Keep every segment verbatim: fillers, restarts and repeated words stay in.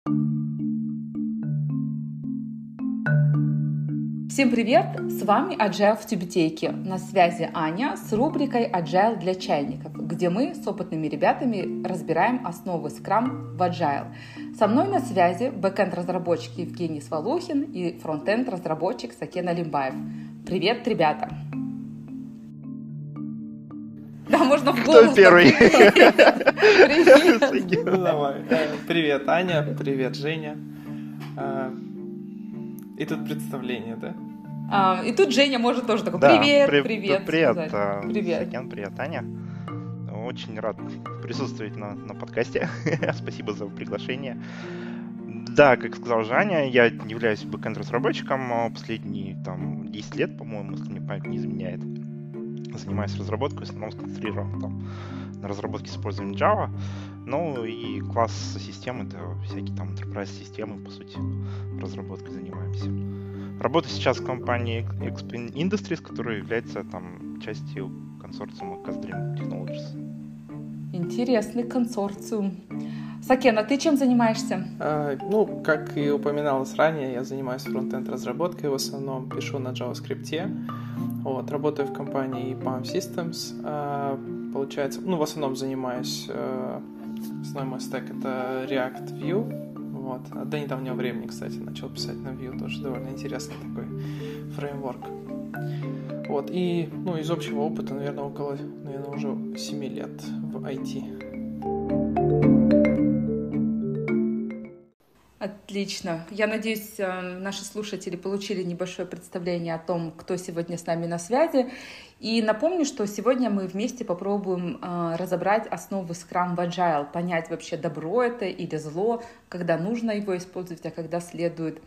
Всем привет! С вами Agile в тюбетейке. На связи Аня с рубрикой Agile для чайников, где мы с опытными ребятами разбираем основы Scrum в Agile. Со мной на связи бэкэнд-разработчик Евгений Свалухин и фронтенд-разработчик Сакен Алимбаев. Привет, ребята! Да, можно в голос. Кто первый? Привет! Ну, давай. Привет, Аня. Привет, Женя. И тут представление, да? А, и тут Женя может тоже такой: Да, привет, при- привет, привет, сказать. а, Привет. Сакен, привет, Аня. Очень рад присутствовать на, на подкасте. Спасибо за приглашение. Да, как сказал Женя, я являюсь бэкэнд-разработчиком последние там десять лет, по-моему, если мне память не изменяет. Занимаюсь разработкой, в основном сконцентрирован там на разработке с использованием Java. Ну и класс системы, это всякие там enterprise-системы, по сути, разработкой занимаемся. Работаю сейчас в компании Explain Industries, которая является там частью консорциума Cazdream Technologies. Интересный консорциум. Сакен, а ты чем занимаешься? А, ну, как и упоминалось ранее, я занимаюсь фронтенд разработкой, в основном пишу на JavaScript. Вот, работаю в компании Palm Systems. А, получается, ну, в основном занимаюсь, а, основной мой стек это React Vue. Вот. А до недавнего времени, кстати, начал писать на Vue, тоже довольно интересный такой фреймворк. Вот, и, ну, из общего опыта, наверное, около, наверное, уже семь лет в ай ти. Отлично. Я надеюсь, наши слушатели получили небольшое представление о том, кто сегодня с нами на связи. И напомню, что сегодня мы вместе попробуем разобрать основы Scrum в Agile, понять вообще, добро это или зло, когда нужно его использовать, а когда следует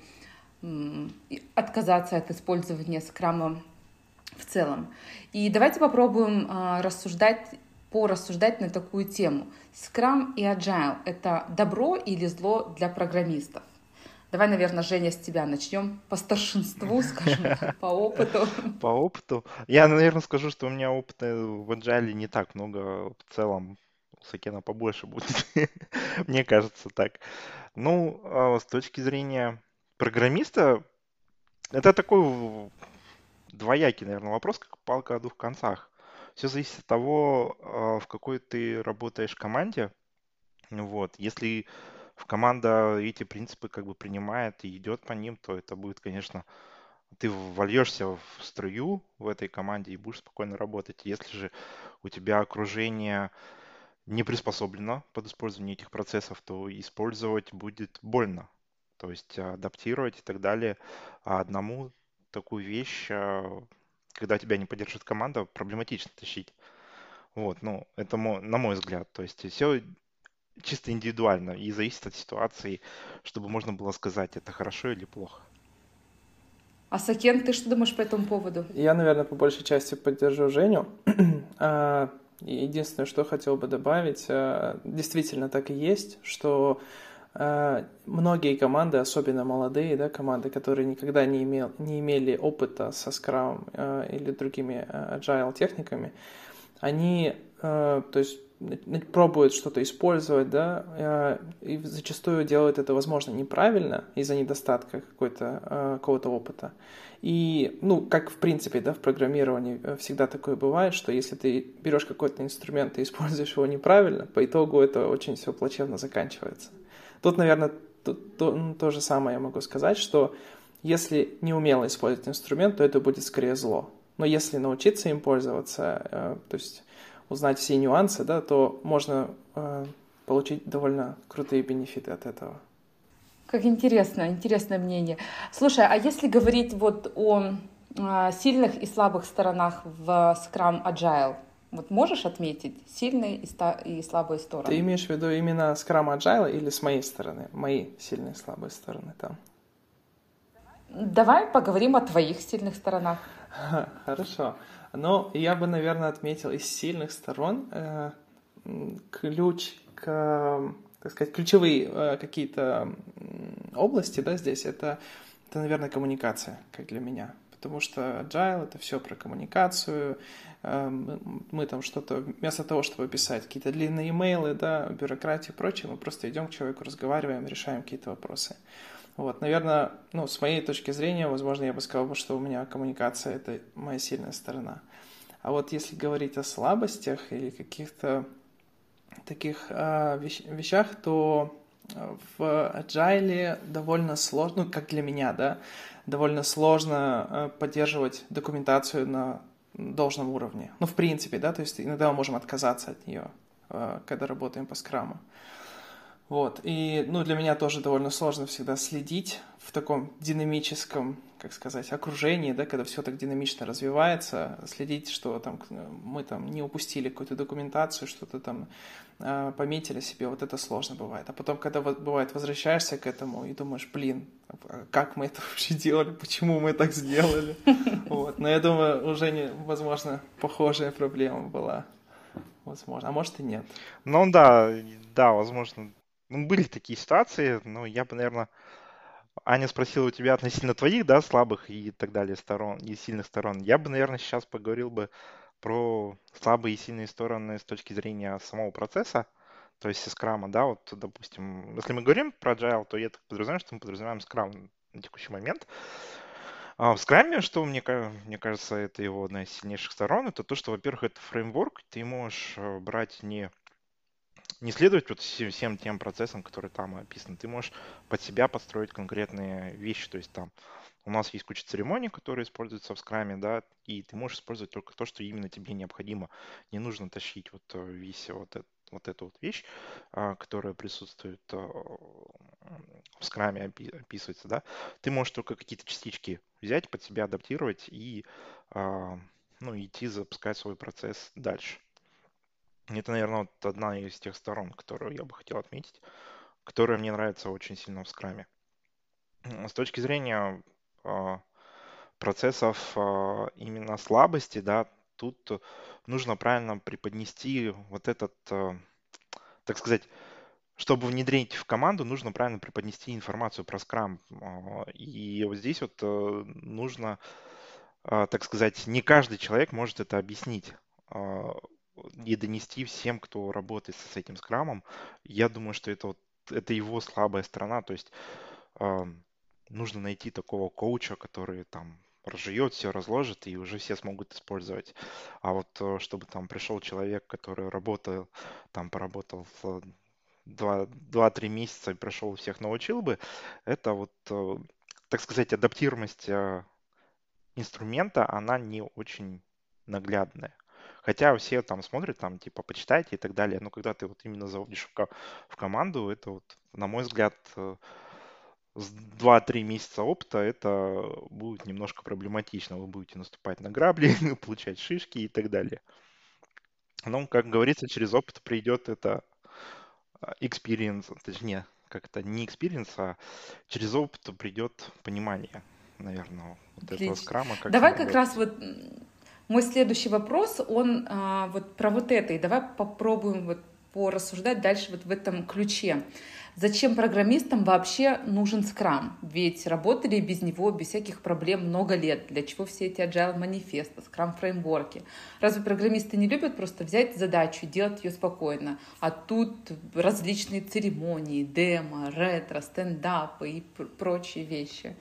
отказаться от использования Scrum в целом. И давайте попробуем рассуждать порассуждать на такую тему. Scrum и Agile — это добро или зло для программистов? Давай, наверное, Женя, с тебя начнем по старшинству, скажем так, по опыту. По опыту. Я, наверное, скажу, что у меня опыта в Agile не так много. В целом, у Сакена побольше будет. Мне кажется так. Ну, а с точки зрения программиста, это такой двоякий, наверное, вопрос, как палка о двух концах. Все зависит от того, а, в какой ты работаешь команде. Вот. Если в команда эти принципы как бы принимает и идет по ним, то это будет, конечно, ты вольешься в струю в этой команде и будешь спокойно работать. Если же у тебя окружение не приспособлено под использование этих процессов, то использовать будет больно. То есть адаптировать и так далее. А одному такую вещь, а, когда тебя не поддержит команда, проблематично тащить. Вот, ну, это мо- на мой взгляд. То есть все чисто индивидуально и зависит от ситуации, чтобы можно было сказать, это хорошо или плохо. А Сакен, ты что думаешь по этому поводу? Я, наверное, по большей части поддержу Женю. А, Единственное, что хотел бы добавить, а, действительно так и есть, что а, многие команды, особенно молодые, да, команды, которые никогда не, имел, не имели опыта со Scrum а, или другими а, agile техниками, они, а, то есть, пробуют что-то использовать, да, а, и зачастую делают это, возможно, неправильно из-за недостатка какой-то, а, какого-то опыта. И, ну, как в принципе, да, в программировании всегда такое бывает, что если ты берешь какой-то инструмент и используешь его неправильно, по итогу это очень все плачевно заканчивается. Тут, наверное, то, то, ну, то же самое я могу сказать, что если неумело использовать инструмент, то это будет скорее зло. Но если научиться им пользоваться, э, то есть узнать все нюансы, да, то можно э, получить довольно крутые бенефиты от этого. Как интересно, интересное мнение. Слушай, а если говорить вот о э, сильных и слабых сторонах в Scrum Agile, вот можешь отметить сильные и, ста- и слабые стороны? Ты имеешь в виду именно Scrum Agile или с моей стороны? Мои сильные и слабые стороны там. Давай поговорим о твоих сильных сторонах. Хорошо. Ну, я бы, наверное, отметил из сильных сторон э, ключ к, так сказать, ключевые э, какие-то области, да, здесь, это, это, наверное, коммуникация, как для меня. потому что Agile — это все про коммуникацию. Э, Мы, мы там что-то, вместо того, чтобы писать какие-то длинные имейлы, да, бюрократию и прочее, мы просто идем к человеку, разговариваем, решаем какие-то вопросы. Вот, наверное, ну, с моей точки зрения, возможно, я бы сказал, что у меня коммуникация — это моя сильная сторона. А вот если говорить о слабостях или каких-то таких э, вещ- вещах, то в Agile довольно сложно, ну, как для меня, да, довольно сложно э, поддерживать документацию на должном уровне. Ну, в принципе, да, то есть иногда мы можем отказаться от нее, э, когда работаем по скраму. Вот, и, ну, для меня тоже довольно сложно всегда следить в таком динамическом, как сказать, окружении, да, когда все так динамично развивается, следить, что там мы там не упустили какую-то документацию, что-то там э, пометили себе, вот это сложно бывает. А потом, когда вот, бывает, возвращаешься к этому и думаешь, блин, как мы это вообще делали, почему мы так сделали? Вот, но я думаю, у Жени, возможно, похожая проблема была, возможно, а может и нет. Ну да, и- да, возможно. Ну, были такие ситуации, но я бы, наверное, Аня спросила у тебя относительно твоих, да, слабых и так далее сторон, и сильных сторон. Я бы, наверное, сейчас поговорил бы про слабые и сильные стороны с точки зрения самого процесса, то есть скрама, да, вот, допустим, если мы говорим про Agile, то я так подразумеваю, что мы подразумеваем скрам на текущий момент. А в скраме, что мне, ка- мне кажется, это его одна из сильнейших сторон, это то, что, во-первых, это фреймворк, ты можешь э, брать не не следовать вот всем, всем тем процессам, которые там описаны. Ты можешь под себя подстроить конкретные вещи. То есть там у нас есть куча церемоний, которые используются в скраме, да, и ты можешь использовать только то, что именно тебе необходимо. Не нужно тащить вот э, весь вот, это, вот эту вот вещь, а, которая присутствует э, в скраме, опи- описывается, да. Ты можешь только какие-то частички взять, под себя адаптировать и а, ну, идти запускать свой процесс дальше. Это, наверное, вот одна из тех сторон, которую я бы хотел отметить, которая мне нравится очень сильно в скраме. С точки зрения а, процессов а, именно слабости, да, тут нужно правильно преподнести вот этот, а, так сказать, чтобы внедрить в команду, нужно правильно преподнести информацию про скрам. А, И вот здесь вот э, нужно, а, так сказать, не каждый человек может это объяснить а, и донести всем, кто работает с этим скрамом. Я думаю, что это вот это его слабая сторона, то есть а, нужно найти такого коуча, который там разжует все, разложит, и уже все смогут использовать. А вот э, чтобы там пришел человек, который работал, там поработал в два- два-три месяца и прошел, всех научил бы, это вот, э, так сказать, адаптируемость э, инструмента, она не очень наглядная. Хотя все там смотрят, там, типа, почитайте и так далее. Но когда ты вот именно заводишь в, ко- в команду, это вот, на мой взгляд, э, с два-три месяца опыта это будет немножко проблематично. Вы будете наступать на грабли, получать шишки и так далее. Но, как говорится, через опыт придет это а, experience, точнее, как это не experience, а через опыт придет понимание, наверное, вот этого Отлично. скрама, как с ним Давай как раз работать. вот м, мой следующий вопрос, он а, вот про вот это, и давай попробуем вот порассуждать дальше вот в этом ключе. Зачем программистам вообще нужен скрам? Ведь работали без него, без всяких проблем много лет. Для чего все эти agile манифесты, скрам фреймворки? Разве программисты не любят просто взять задачу и делать ее спокойно? А тут различные церемонии, демо, ретро, стендапы и пр- прочие вещи.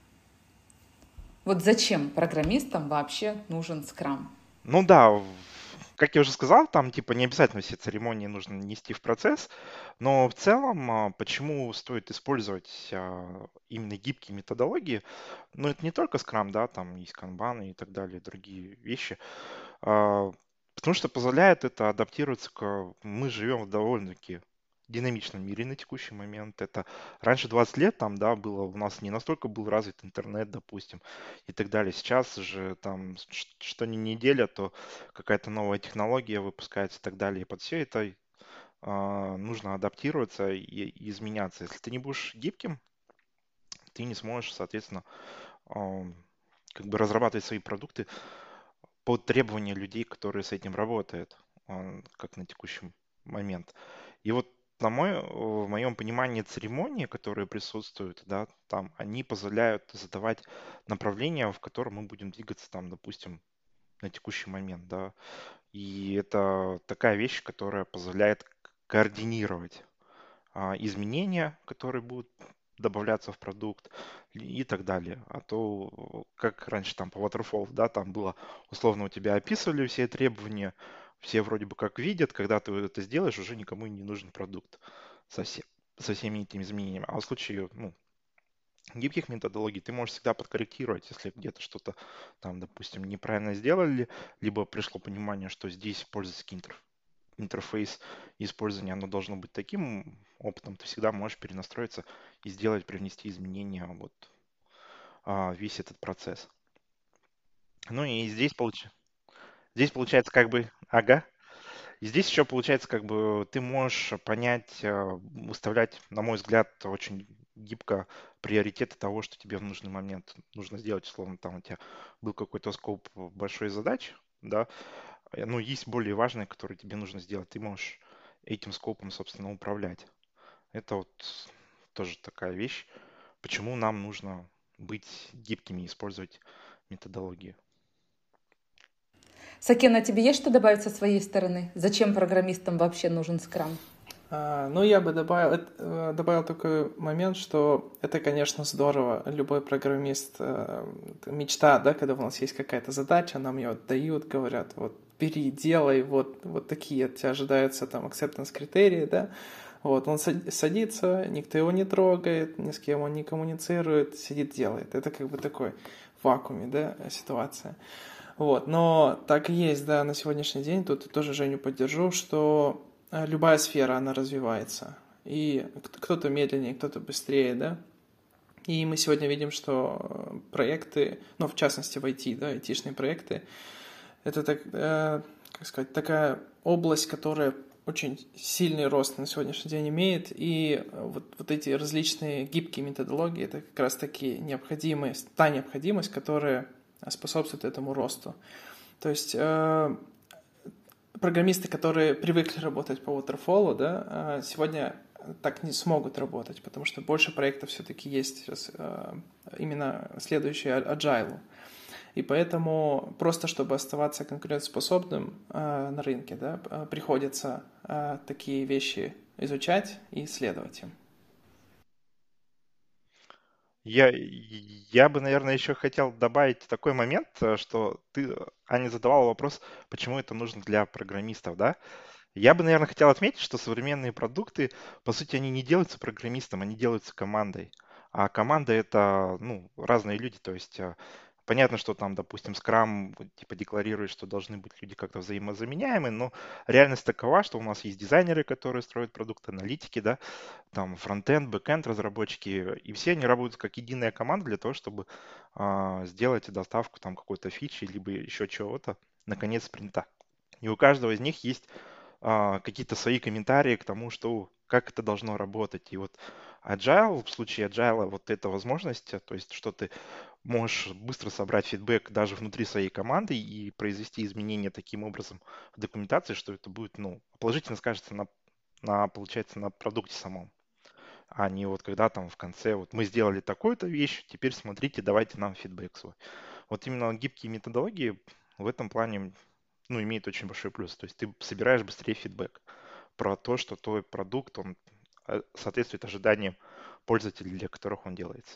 Вот зачем программистам вообще нужен скрам? Ну да, в- как я уже сказал, там типа не обязательно все церемонии нужно нести в процесс, но в целом, а, почему стоит использовать а, именно гибкие методологии? Ну, это не только скрам, да, там есть канбан и так далее, другие вещи. А, Потому что позволяет это адаптироваться к... Мы живем в довольно-таки динамичном мире на текущий момент. Это раньше двадцать лет там, да, было, у нас не настолько был развит интернет, допустим, и так далее. Сейчас же там ш- что ни неделя, то какая-то новая технология выпускается и так далее. И под все это а, нужно адаптироваться и, и изменяться. Если ты не будешь гибким, ты не сможешь, соответственно, ам, как бы разрабатывать свои продукты под требования людей, которые с этим работают, а, как на текущий момент. И вот на мой, в моем понимании церемонии, которые присутствуют, да, там, они позволяют задавать направление, в котором мы будем двигаться, там, допустим, на текущий момент, да. И это такая вещь, которая позволяет к- координировать а, изменения, которые будут добавляться в продукт и так далее. А то, как раньше там по Waterfall, да, там было условно у тебя описывали все требования, все вроде бы как видят, когда ты это сделаешь, уже никому и не нужен продукт со, все- со всеми этими изменениями. А в случае, ну, гибких методологий ты можешь всегда подкорректировать, если где-то что-то там, допустим, неправильно сделали, либо пришло понимание, что здесь пользовательский интерфейс интерфейс использования, оно должно быть таким опытом, ты всегда можешь перенастроиться и сделать, привнести изменения вот а, весь этот процесс. Ну и здесь, получ... здесь получается как бы, ага, и здесь еще получается как бы ты можешь понять, а, выставлять, на мой взгляд, очень гибко приоритеты того, что тебе в нужный момент нужно сделать. Условно, там у тебя был какой-то скоп большой задач, да, э, ну, есть более важные, которые тебе нужно сделать. Ты можешь этим скопом, собственно, управлять. Это вот тоже такая вещь, почему нам нужно быть гибкими, использовать методологии. Сакена, тебе есть что добавить со своей стороны? Зачем программистам вообще нужен скрам? А, ну, я бы добавил, эт- э, добавил такой момент, что это, конечно, здорово. Любой программист, э, это мечта, да, когда у нас есть какая-то задача, нам ее отдают, говорят, вот, бери, делай, вот, вот такие от тебя ожидаются там acceptance критерии, да. Вот, он сад- садится, никто его не трогает, ни с кем он не коммуницирует, сидит, делает. Это как бы такой в вакууме, да, ситуация. Вот, но так и есть, да, на сегодняшний день, тут тоже Женю поддержу, что э, любая сфера, она развивается. И к- кто-то медленнее, кто-то быстрее, да. И мы сегодня видим, что э, проекты, ну, в частности, в ай ти, да, айтишные проекты, это, так, э, как сказать, такая область, которая очень сильный рост на сегодняшний день имеет, и э, вот, вот эти различные гибкие методологии, это как раз-таки необходимость, та необходимость, которая способствует этому росту. То есть э, программисты, которые привыкли работать по Waterfall, да, э, сегодня так не смогут работать, потому что больше проектов все-таки есть сейчас, э, именно следующие Agile. И поэтому просто чтобы оставаться конкурентоспособным э, на рынке, да, э, приходится э, такие вещи изучать и исследовать им. Я, я бы, наверное, еще хотел добавить такой момент, э, что ты, Аня, задавала вопрос, почему это нужно для программистов, да? Я бы, наверное, хотел отметить, что современные продукты, по сути, они не делаются программистом, они делаются командой. А команда это, ну, разные люди. То есть а, понятно, что там, допустим, Scrum вот, типа декларирует, что должны быть люди как-то взаимозаменяемые, но реальность такова, что у нас есть дизайнеры, которые строят продукт, аналитики, да, там фронтенд, бэкенд разработчики, и все они работают как единая команда для того, чтобы а, сделать доставку там какой-то фичи, либо еще чего-то на конец спринта. И у каждого из них есть а, какие-то свои комментарии к тому, что как это должно работать. И вот Agile, в случае Agile, вот эта возможность, то есть что ты можешь быстро собрать фидбэк даже внутри своей команды и произвести изменения таким образом в документации, что это будет, ну, положительно скажется на, на получается, на продукте самом. А не вот когда там в конце, вот мы сделали такую-то вещь, теперь смотрите, давайте нам фидбэк свой. Вот именно гибкие методологии в этом плане, ну, имеют очень большой плюс. То есть ты собираешь быстрее фидбэк про то, что твой продукт, он э, соответствует ожиданиям пользователей, для которых он делается.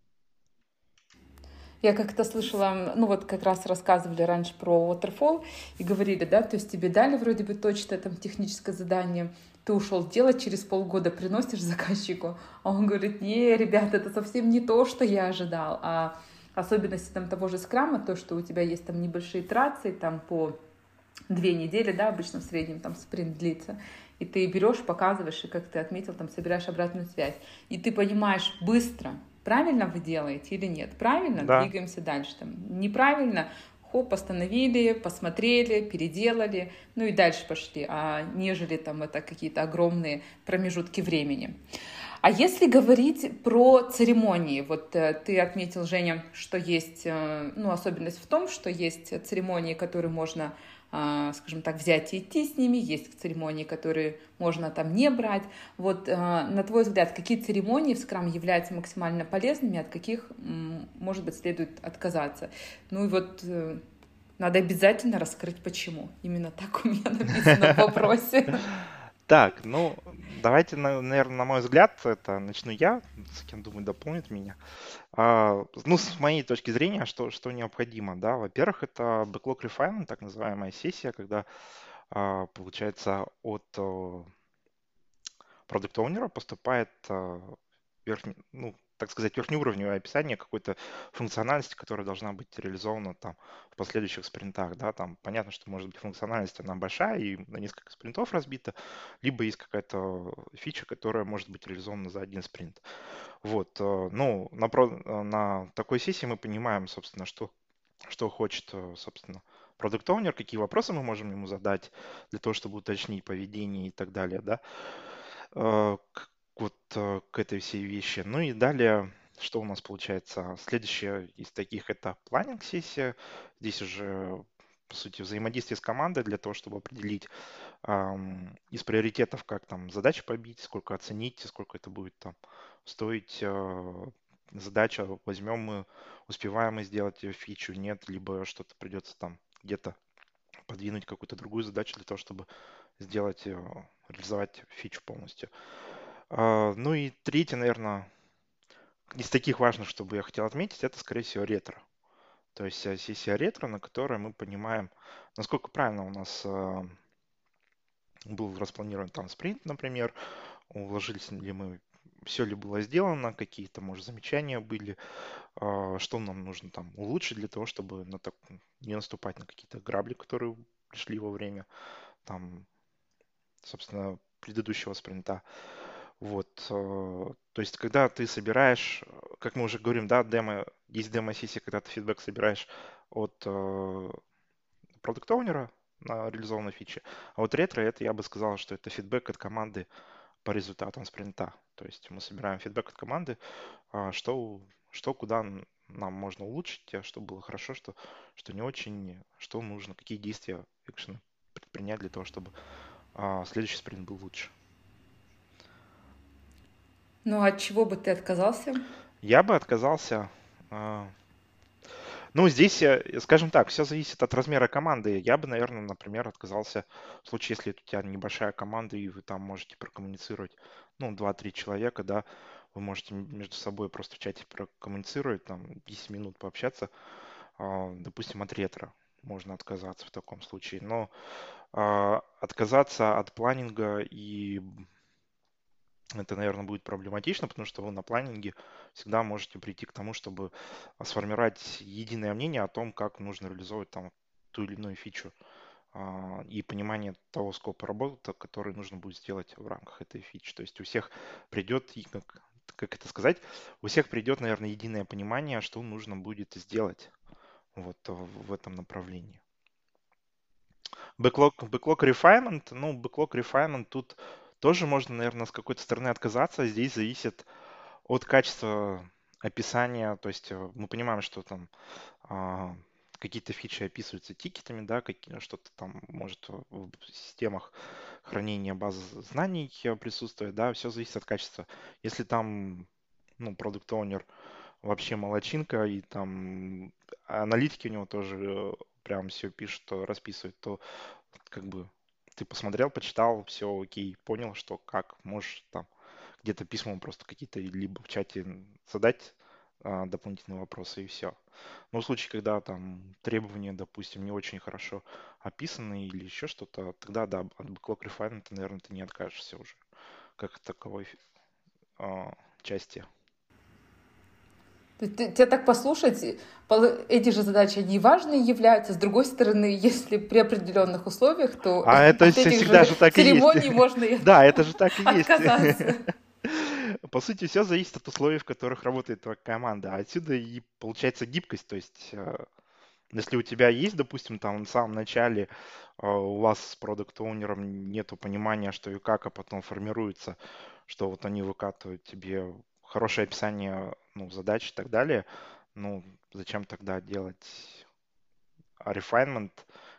Я как-то слышала, ну вот как раз рассказывали раньше про Waterfall и говорили, да, то есть тебе дали вроде бы точно там техническое задание, ты ушел делать, через полгода приносишь заказчику, а он говорит, не, ребята, это совсем не то, что я ожидал, а особенности там того же скрама, то, что у тебя есть там небольшие итерации, там по две недели, да, обычно в среднем там спринт длится, и ты берешь, показываешь, и, как ты отметил, там собираешь обратную связь, и ты понимаешь быстро, правильно вы делаете или нет, правильно, Да, двигаемся дальше, там, неправильно, хоп, остановили, посмотрели, переделали, ну и дальше пошли, а нежели там это какие-то огромные промежутки времени. А если говорить про церемонии, вот э, ты отметил, Женя, что есть, э, ну, особенность в том, что есть церемонии, которые можно а, скажем так, взять и идти с ними, есть церемонии, которые можно там не брать. Вот а, на твой взгляд, какие церемонии в скрам являются максимально полезными, от каких, м, может быть, следует отказаться? Ну и вот э, надо обязательно раскрыть, почему. Именно так у меня написано в вопросе. Так, ну, давайте, наверное, на мой взгляд, это начну я, с кем, думаю, дополнит меня. А, ну, с моей точки зрения, что, что необходимо, да, во-первых, это backlog refinement, так называемая сессия, когда, а, получается, от продукт оунера поступает а, верхний, ну, так сказать, верхнеуровневое описание какой-то функциональности, которая должна быть реализована там в последующих спринтах, да, там понятно, что может быть функциональность, она большая и на несколько спринтов разбита, либо есть какая-то фича, которая может быть реализована за один спринт. Вот, э, ну, на, про- э, на такой сессии мы понимаем, собственно, что, что хочет, э, собственно, продукт оунер, какие вопросы мы можем ему задать для того, чтобы уточнить поведение и так далее, да, э, к, вот э, к этой всей вещи. Ну и далее, что у нас получается? Следующее из таких это планинг-сессия. Здесь уже, по сути, взаимодействие с командой для того, чтобы определить ам, из приоритетов, как там задачи побить, сколько оценить, сколько это будет там стоить. э, Задача, возьмем мы, успеваем мы сделать ее фичу, нет, либо что-то придется там где-то подвинуть какую-то другую задачу для того, чтобы сделать, э, реализовать фичу полностью. А, Ну и третье, наверное, из таких важных, чтобы я хотел отметить, это, скорее всего, ретро. То есть э, сессия ретро, на которой мы понимаем, насколько правильно у нас э, был распланирован там спринт, например, уложились ли мы, все ли было сделано, какие-то, может, замечания были, а, что нам нужно там улучшить для того, чтобы на так, не наступать на какие-то грабли, которые пришли во время там, собственно, предыдущего спринта. Вот, э, то есть, когда ты собираешь, э, как мы уже говорим, да, демо, есть демо-сессия, когда ты фидбэк собираешь от продукт оунера на реализованной фиче, а вот ретро, это я бы сказал, что это фидбэк от команды по результатам спринта. То есть мы собираем фидбэк от команды, а, что, что куда н- нам можно улучшить, а что было хорошо, что, что не очень, что нужно, какие действия, экшены предпринять для того, чтобы а, следующий спринт был лучше. Ну, от чего бы ты отказался? Я бы отказался. а, Ну, здесь, э, скажем так, все зависит от размера команды. Я бы, наверное, например, отказался в случае, если у тебя небольшая команда, и вы там можете прокоммуницировать, ну, два-три человека, да, вы можете м- между собой просто в чате прокоммуницировать, там, десять минут пообщаться, а, допустим, от ретро можно отказаться в таком случае. Но а, отказаться от планинга и это, наверное, будет проблематично, потому что вы на планинге всегда можете прийти к тому, чтобы а, сформировать единое мнение о том, как нужно реализовывать там ту или иную фичу а, и понимание того скопа работы, который нужно будет сделать в рамках этой фичи. То есть у всех придет, и как, как это сказать, у всех придет, наверное, единое понимание, что нужно будет сделать вот в в этом направлении. Backlog, backlog refinement, ну, backlog refinement тут тоже можно, наверное, с какой-то стороны отказаться. Здесь зависит от качества описания, то есть э, мы понимаем, что там а, какие-то фичи описываются тикетами, да, какие, что-то там может в системах хранения базы знаний э, присутствовать, да, все зависит от качества. Если там, ну, продукт оунер вообще молодчинка, и там аналитики у него тоже э, прям все пишут, то расписывают, то как бы ты посмотрел, почитал, все окей, понял, что как, можешь там где-то письмом просто какие-то либо в чате задать а, дополнительные вопросы и все. Но в случае, когда там требования, допустим, не очень хорошо описаны или еще что-то, тогда да, от backlog refinement, наверное, ты не откажешься уже как от таковой а, части. Ты- ты- Тебя так послушать, пол- эти же задачи, они важные являются. С другой стороны, если при определенных условиях, то А это от все этих всегда же же так и есть. церемоний можно и Да, это же так и есть. отказаться. По сути, все зависит от условий, в которых работает твоя команда. А отсюда и получается гибкость. То есть, э, если у тебя есть, допустим, там в самом начале э, у вас с продукт-оунером нету понимания, что и как, а потом формируется, что вот они выкатывают тебе хорошее описание, ну, задач и так далее, ну, зачем тогда делать refinement,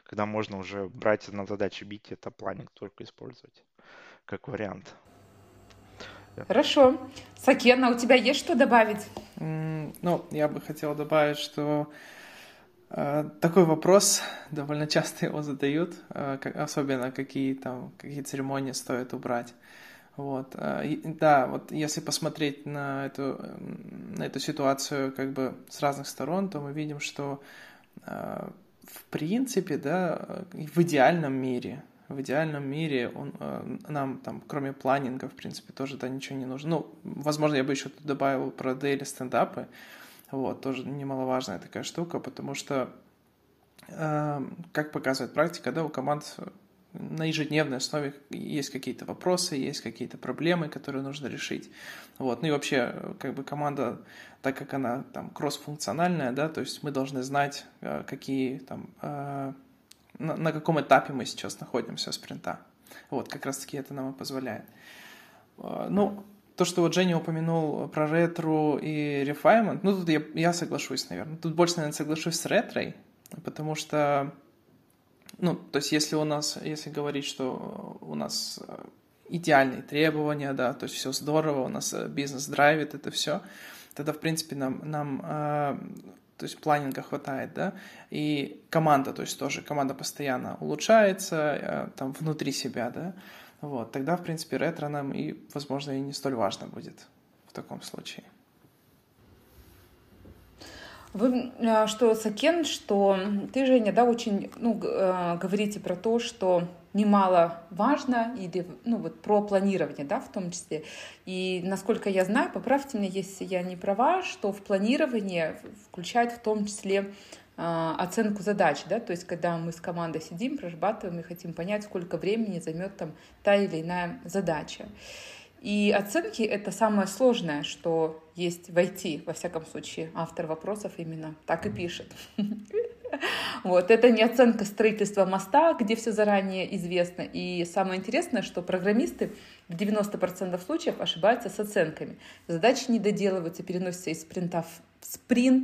когда можно уже брать на задачи бить, это планинг только использовать как вариант. Хорошо. Сакена, у тебя есть что добавить? Mm, ну, я бы хотел добавить, что э, такой вопрос, довольно часто его задают, э, как, особенно какие там, какие церемонии стоит убрать. Вот. И, да, вот если посмотреть на эту, на эту ситуацию как бы с разных сторон, то мы видим, что э, в принципе, да, в идеальном мире, в идеальном мире он, э, нам там, кроме планинга, в принципе, тоже да, ничего не нужно. Ну, возможно, я бы еще тут добавил про дейли стендапы. Вот, тоже немаловажная такая штука, потому что, э, как показывает практика, да, у команд на ежедневной основе есть какие-то вопросы, есть какие-то проблемы, которые нужно решить. Вот. Ну и вообще, как бы команда, так как она там кросс-функциональная, да, то есть мы должны знать, какие там, на, на каком этапе мы сейчас находимся спринта. Вот, как раз-таки это нам и позволяет. Ну, то, что вот Женя упомянул про ретро и refinement, ну, тут я, я соглашусь, наверное. Тут больше, наверное, соглашусь с ретрой, потому что ну, то есть, если у нас, если говорить, что у нас идеальные требования, да, то есть все здорово, у нас бизнес драйвит это все, тогда, в принципе, нам, нам то есть, планинга хватает, да, и команда, то есть, тоже команда постоянно улучшается, там, внутри себя, да, вот, тогда, в принципе, ретро нам и, возможно, и не столь важно будет в таком случае. Вы, что, Сакен, что ты, Женя, да, очень, ну, говорите про то, что немало важно, или, ну, вот про планирование, да, в том числе. И, насколько я знаю, поправьте меня, если я не права, что в планирование включает в том числе э, оценку задач, да, то есть когда мы с командой сидим, прорабатываем и хотим понять, сколько времени займет там та или иная задача. И оценки — это самое сложное, что есть в ай ти, во всяком случае. Автор вопросов именно так и пишет. Вот, это не оценка строительства моста, где все заранее известно. И самое интересное, что программисты в девяносто процентов случаев ошибаются с оценками. Задачи не доделываются, переносятся из спринта в спринт.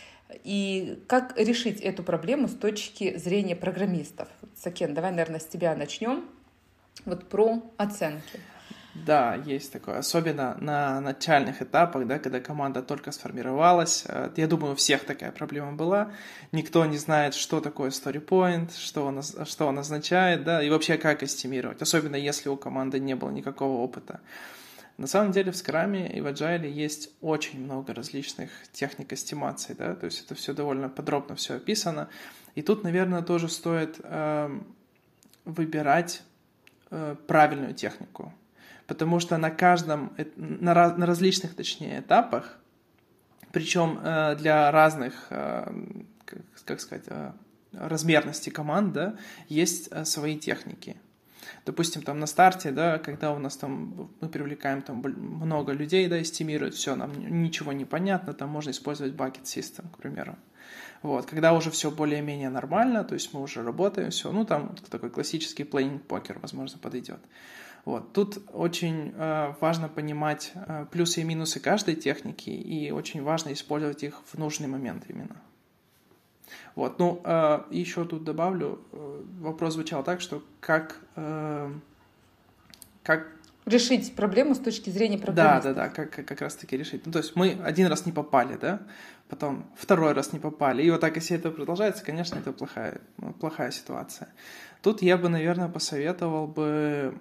И как решить эту проблему с точки зрения программистов? Сакен, давай, наверное, с тебя начнем. Вот про оценки. Да, есть такое, особенно на начальных этапах, да, когда команда только сформировалась. Я думаю, у всех такая проблема была. Никто не знает, что такое story point, что он, что он означает, да, и вообще как эстимировать, особенно если у команды не было никакого опыта. На самом деле в скраме и в agile есть очень много различных техник эстимации, да, то есть это все довольно подробно все описано. И тут, наверное, тоже стоит э, выбирать э, правильную технику. Потому что на каждом, на, раз, на различных, точнее, этапах, причем э, для разных, э, как, как сказать, э, размерностей команд, да, есть э, свои техники. Допустим, там на старте, да, когда у нас там, мы привлекаем там много людей, да, эстимируют, все, нам ничего не понятно, там можно использовать bucket system, к примеру. Вот, когда уже все более-менее нормально, то есть мы уже работаем, все, ну, там такой классический planning покер, возможно, подойдет. Вот. Тут очень э, важно понимать э, плюсы и минусы каждой техники, и очень важно использовать их в нужный момент именно. Вот. Ну, э, еще тут добавлю, э, вопрос звучал так, что как, э, как... решить проблему с точки зрения программиста. Да, да, да, как, как раз таки решить. Ну, то есть мы один раз не попали, да, потом второй раз не попали, и вот так, если это продолжается, конечно, это плохая, плохая ситуация. Тут я бы, наверное, посоветовал бы...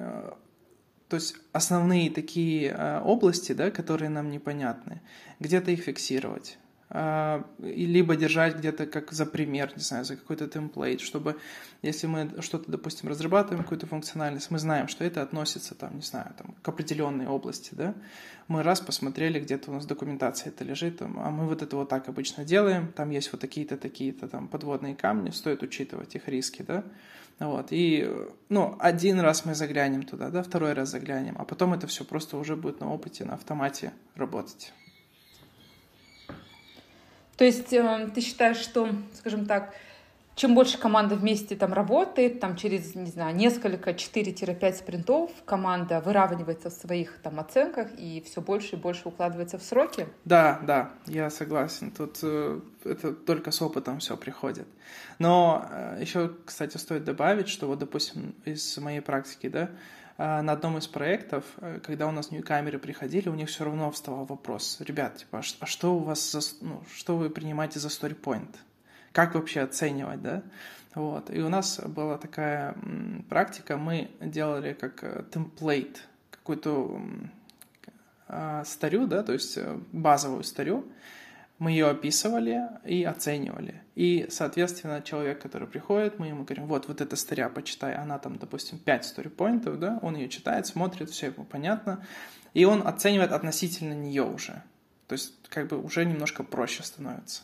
То есть основные такие области, да, которые нам непонятны, где-то их фиксировать. Либо держать где-то как за пример, не знаю, за какой-то темплейт, чтобы, если мы что-то, допустим, разрабатываем, какую-то функциональность, мы знаем, что это относится, там, не знаю, там, к определенной области, да, мы раз посмотрели, где-то у нас документация это лежит, там, а мы вот это вот так обычно делаем, там есть вот такие-то, такие-то там подводные камни, стоит учитывать их риски, да, вот, и, ну, один раз мы заглянем туда, да, второй раз заглянем, а потом это все просто уже будет на опыте, на автомате работать. То есть ты считаешь, что, скажем так, чем больше команда вместе там работает, там через, не знаю, несколько, четыре-пять спринтов команда выравнивается в своих там оценках и все больше и больше укладывается в сроки. Да, да, я согласен. Тут э, это только с опытом все приходит. Но э, еще, кстати, стоит добавить, что вот, допустим, из моей практики, да, э, на одном из проектов, э, когда у нас ньюкамеры приходили, у них все равно вставал вопрос: ребят, типа, а, ш- а что у вас за, с- ну, что вы принимаете за story-point? Как вообще оценивать, да? Вот. И у нас была такая м, практика, мы делали как э, темплейт, какую-то м, а, старю, да, то есть э, базовую старю, мы ее описывали и оценивали. И, соответственно, человек, который приходит, мы ему говорим: вот, вот эта старя, почитай, она там, допустим, пять сторипоинтов, да, он ее читает, смотрит, все ему понятно, и он оценивает относительно нее уже. То есть, как бы уже немножко проще становится.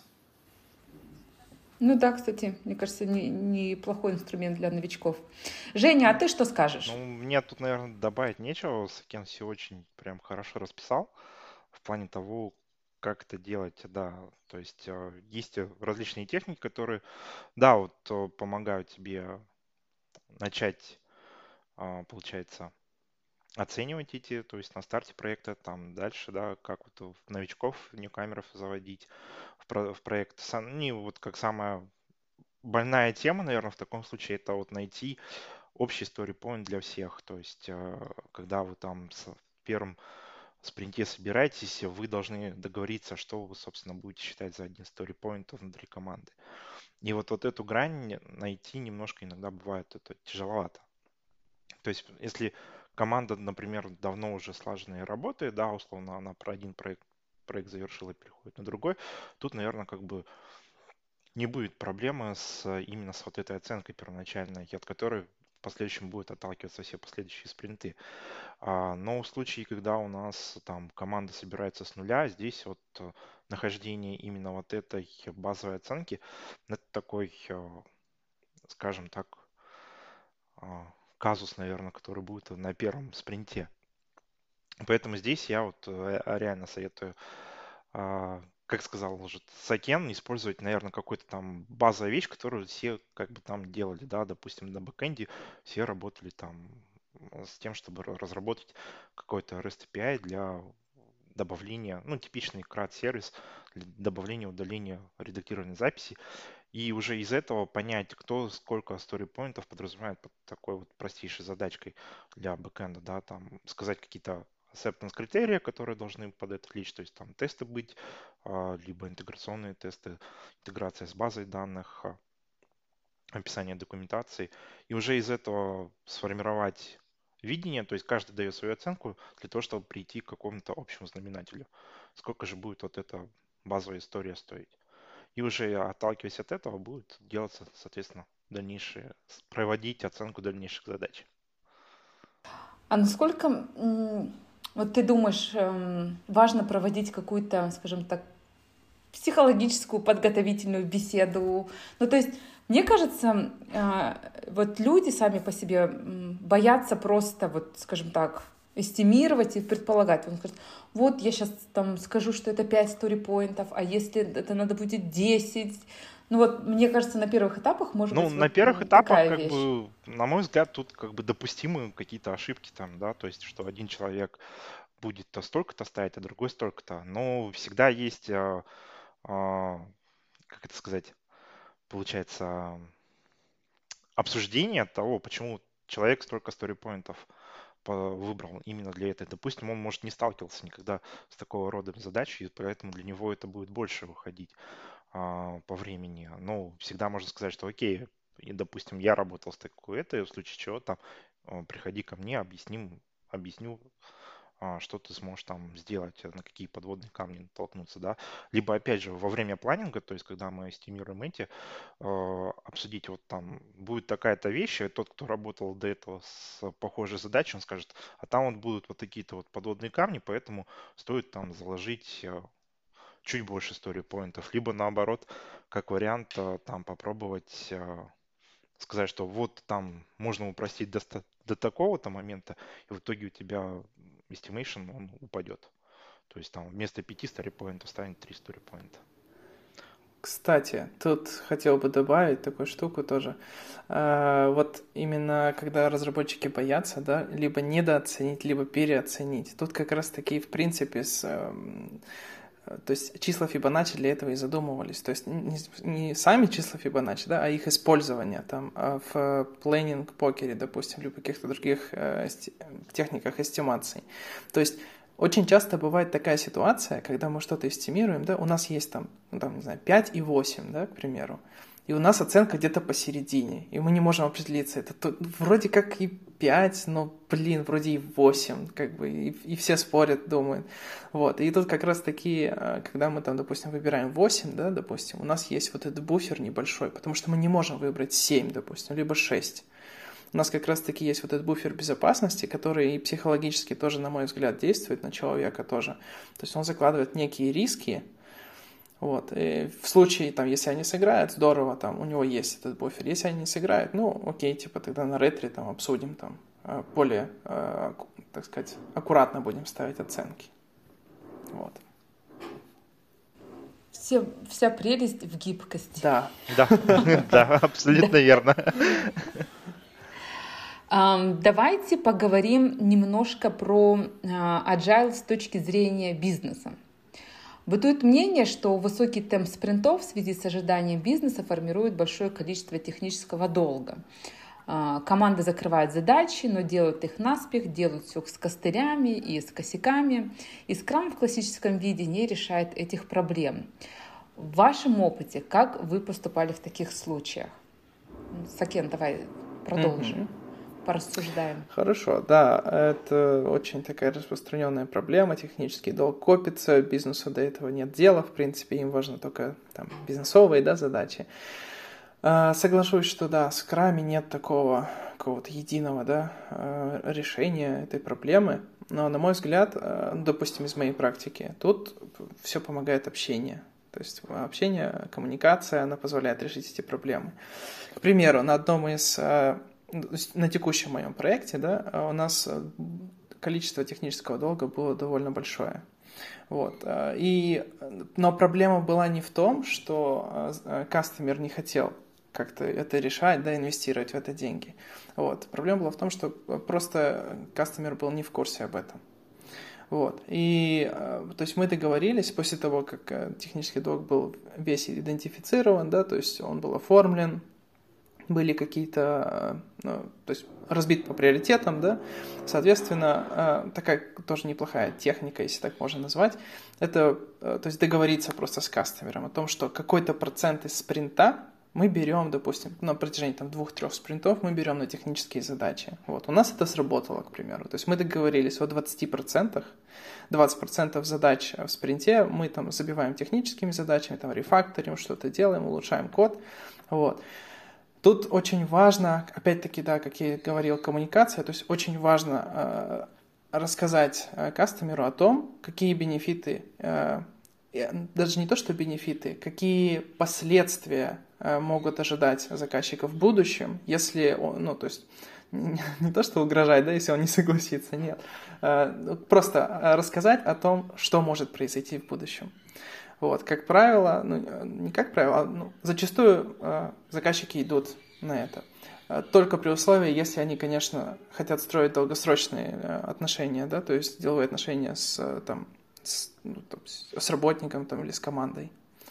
Ну да, кстати, мне кажется, не- неплохой инструмент для новичков. Женя, а ты что скажешь? Ну, мне тут, наверное, добавить нечего. Сакен все очень прям хорошо расписал в плане того, как это делать, да. То есть э, есть э, различные техники, которые, да, вот э, помогают тебе начать, а, получается, оценивать эти, то есть на старте проекта, там дальше, да, как вот в новичков, ньюкамеров заводить в, про- в проект. Сам, не, вот как самая больная тема, наверное, в таком случае, это вот найти общий story point для всех. То есть, э, когда вы там с- в первом спринте собираетесь, вы должны договориться, что вы, собственно, будете считать за один story point внутри команды. И вот, вот эту грань найти немножко иногда бывает это тяжеловато. То есть, если команда, например, давно уже слаженная работает, да, условно, она про один проект, проект завершила и переходит на другой, тут, наверное, как бы не будет проблемы с э, именно с вот этой оценкой первоначальной, от которой в последующем будет отталкиваться все последующие спринты. А, но в случае, когда у нас там команда собирается с нуля, здесь вот э, нахождение именно вот этой базовой оценки, это такой, э, скажем так, а, казус, наверное, который будет на первом спринте. Поэтому здесь я вот э, реально советую, а, как сказал уже Сакен, использовать, наверное, какой-то там базовую вещь, которую все как бы там делали, да, допустим, на бэкэнде все работали там м, с тем, чтобы ра- разработать какой-то REST A P I для добавления, ну, типичный крат-сервис для добавления, удаления редактированной записи, и уже из этого понять, кто сколько сторипоинтов подразумевает под такой вот простейшей задачкой для бэкэнда, да, там сказать какие-то acceptance критерии, которые должны под это лечь, то есть там тесты быть, а, либо интеграционные тесты, интеграция с базой данных, а, описание документации, и уже из этого сформировать видение, то есть каждый дает свою оценку для того, чтобы прийти к какому-то общему знаменателю. Сколько же будет вот эта базовая история стоить? И уже отталкиваясь от этого, будет делаться, соответственно, дальнейшие, с- проводить оценку дальнейших задач. А насколько, м, вот ты думаешь, эм, важно проводить какую-то, скажем так, психологическую подготовительную беседу? Ну, то есть, мне кажется, э, вот люди сами по себе м, боятся просто, вот, скажем так, эстимировать и предполагать. Он скажет: вот я сейчас там скажу, что это пять сторипоинтов, а если это надо будет десять? Ну вот, мне кажется, на первых этапах может Ну, быть на вот первых м, этапах, такая как вещь. бы, на мой взгляд, тут как бы допустимы какие-то ошибки там, да, то есть, что один человек будет то столько-то ставить, а другой столько-то. Но всегда есть, а, а, как это сказать, получается, обсуждение того, почему человек столько сторипоинтов по- выбрал именно для этой. Допустим, он, может, не сталкивался никогда с такого рода задачей, и поэтому для него это будет больше выходить а, по времени. Ну, всегда можно сказать, что окей, и, допустим, я работал с такой этой, в случае чего там а, приходи ко мне, объясним, объясню, а, что ты сможешь там сделать, э, на какие подводные камни натолкнуться, да. Либо, опять же, во время планинга, то есть, когда мы эстимируем эти, э, обсудить, вот там будет такая-то вещь, и тот, кто работал до этого с похожей задачей, он скажет, а там вот будут вот такие-то вот подводные камни, поэтому стоит там заложить э, чуть больше story-поинтов, либо наоборот, как вариант, э, там попробовать э, сказать, что вот там можно упростить до, ста- до такого-то момента, и в итоге у тебя estimation, он упадет. То есть там вместо пяти story-поинтов станет три story-поинта. Кстати, тут хотел бы добавить такую штуку тоже. А, Вот именно когда разработчики боятся, да, либо недооценить, либо переоценить. Тут как раз таки, в принципе, с, эм, э, то есть числа Фибоначчи для этого и задумывались. То есть не, не сами числа Фибоначчи, да, а их использование там а в плейнинг-покере, допустим, или в каких-то других э, эсти- техниках эстимации. То есть очень часто бывает такая ситуация, когда мы что-то эстимируем, да, у нас есть там, ну, там, не знаю, пять и восемь, да, к примеру, и у нас оценка где-то посередине, и мы не можем определиться, это то, вроде как и пять, но, блин, вроде и восемь, как бы, и, и все спорят, думают, вот, и тут как раз таки, когда мы там, допустим, выбираем восемь, да, допустим, у нас есть вот этот буфер небольшой, потому что мы не можем выбрать семь, допустим, либо шесть. У нас как раз-таки есть вот этот буфер безопасности, который и психологически тоже, на мой взгляд, действует на человека тоже. То есть он закладывает некие риски, вот, и в случае, там, если они сыграют, здорово, там, у него есть этот буфер. Если они не сыграют, ну, окей, типа, тогда на ретре, там, обсудим, там, более, так сказать, аккуратно будем ставить оценки. Вот. Все, вся прелесть в гибкости. Да. Да, да, абсолютно верно. Ам, Давайте поговорим немножко про а, agile с точки зрения бизнеса. Бытует мнение, что высокий темп спринтов в связи с ожиданием бизнеса формирует большое количество технического долга. А, Команды закрывают задачи, но делают их наспех, делают все с костырями и с косяками. И скрам в классическом виде не решает этих проблем. В вашем опыте, как вы поступали в таких случаях? Сакен, давай продолжим. Мгм. Порассуждаем. Хорошо, да, это очень такая распространенная проблема, технический долг копится, бизнесу до этого нет дела, в принципе, им важно только там бизнесовые, да, задачи. А, Соглашусь, что да, в скраме нет такого какого-то единого, да, а, решения этой проблемы, но, на мой взгляд, а, ну, допустим, из моей практики, тут все помогает общение. То есть общение, коммуникация, она позволяет решить эти проблемы. К примеру, на одном из а, на текущем моем проекте, да, у нас количество технического долга было довольно большое. Вот. И, но проблема была не в том, что кастомер не хотел как-то это решать, да, инвестировать в это деньги. Вот. Проблема была в том, что просто кастомер был не в курсе об этом. Вот. И, то есть мы договорились после того, как технический долг был весь идентифицирован, да, то есть он был оформлен, были какие-то, ну, то есть разбит по приоритетам, да, соответственно, такая тоже неплохая техника, если так можно назвать, это, то есть договориться просто с кастомером о том, что какой-то процент из спринта мы берем, допустим, на протяжении там двух-трех спринтов мы берем на технические задачи. Вот, у нас это сработало, к примеру, то есть мы договорились о двадцати процентах, двадцать процентов задач в спринте мы там забиваем техническими задачами, там рефакторим, что-то делаем, улучшаем код, вот. Тут очень важно, опять-таки, да, как я говорил, коммуникация, то есть очень важно э, рассказать э, кастомеру о том, какие бенефиты, э, даже не то, что бенефиты, какие последствия э, могут ожидать заказчика в будущем, если он, ну, то есть не, не то, что угрожать, да, если он не согласится, нет, э, просто рассказать о том, что может произойти в будущем. Вот, как правило, ну, не как правило, а, ну, зачастую э, заказчики идут на это. Э, только при условии, если они, конечно, хотят строить долгосрочные э, отношения, да, то есть деловые отношения с, э, там, с, ну, там, с работником там, или с командой.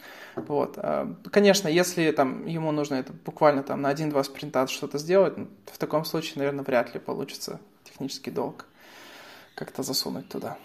Вот. Э, конечно, если там, ему нужно это буквально там, на один-два спринта что-то сделать, в таком случае, наверное, вряд ли получится технический долг как-то засунуть туда.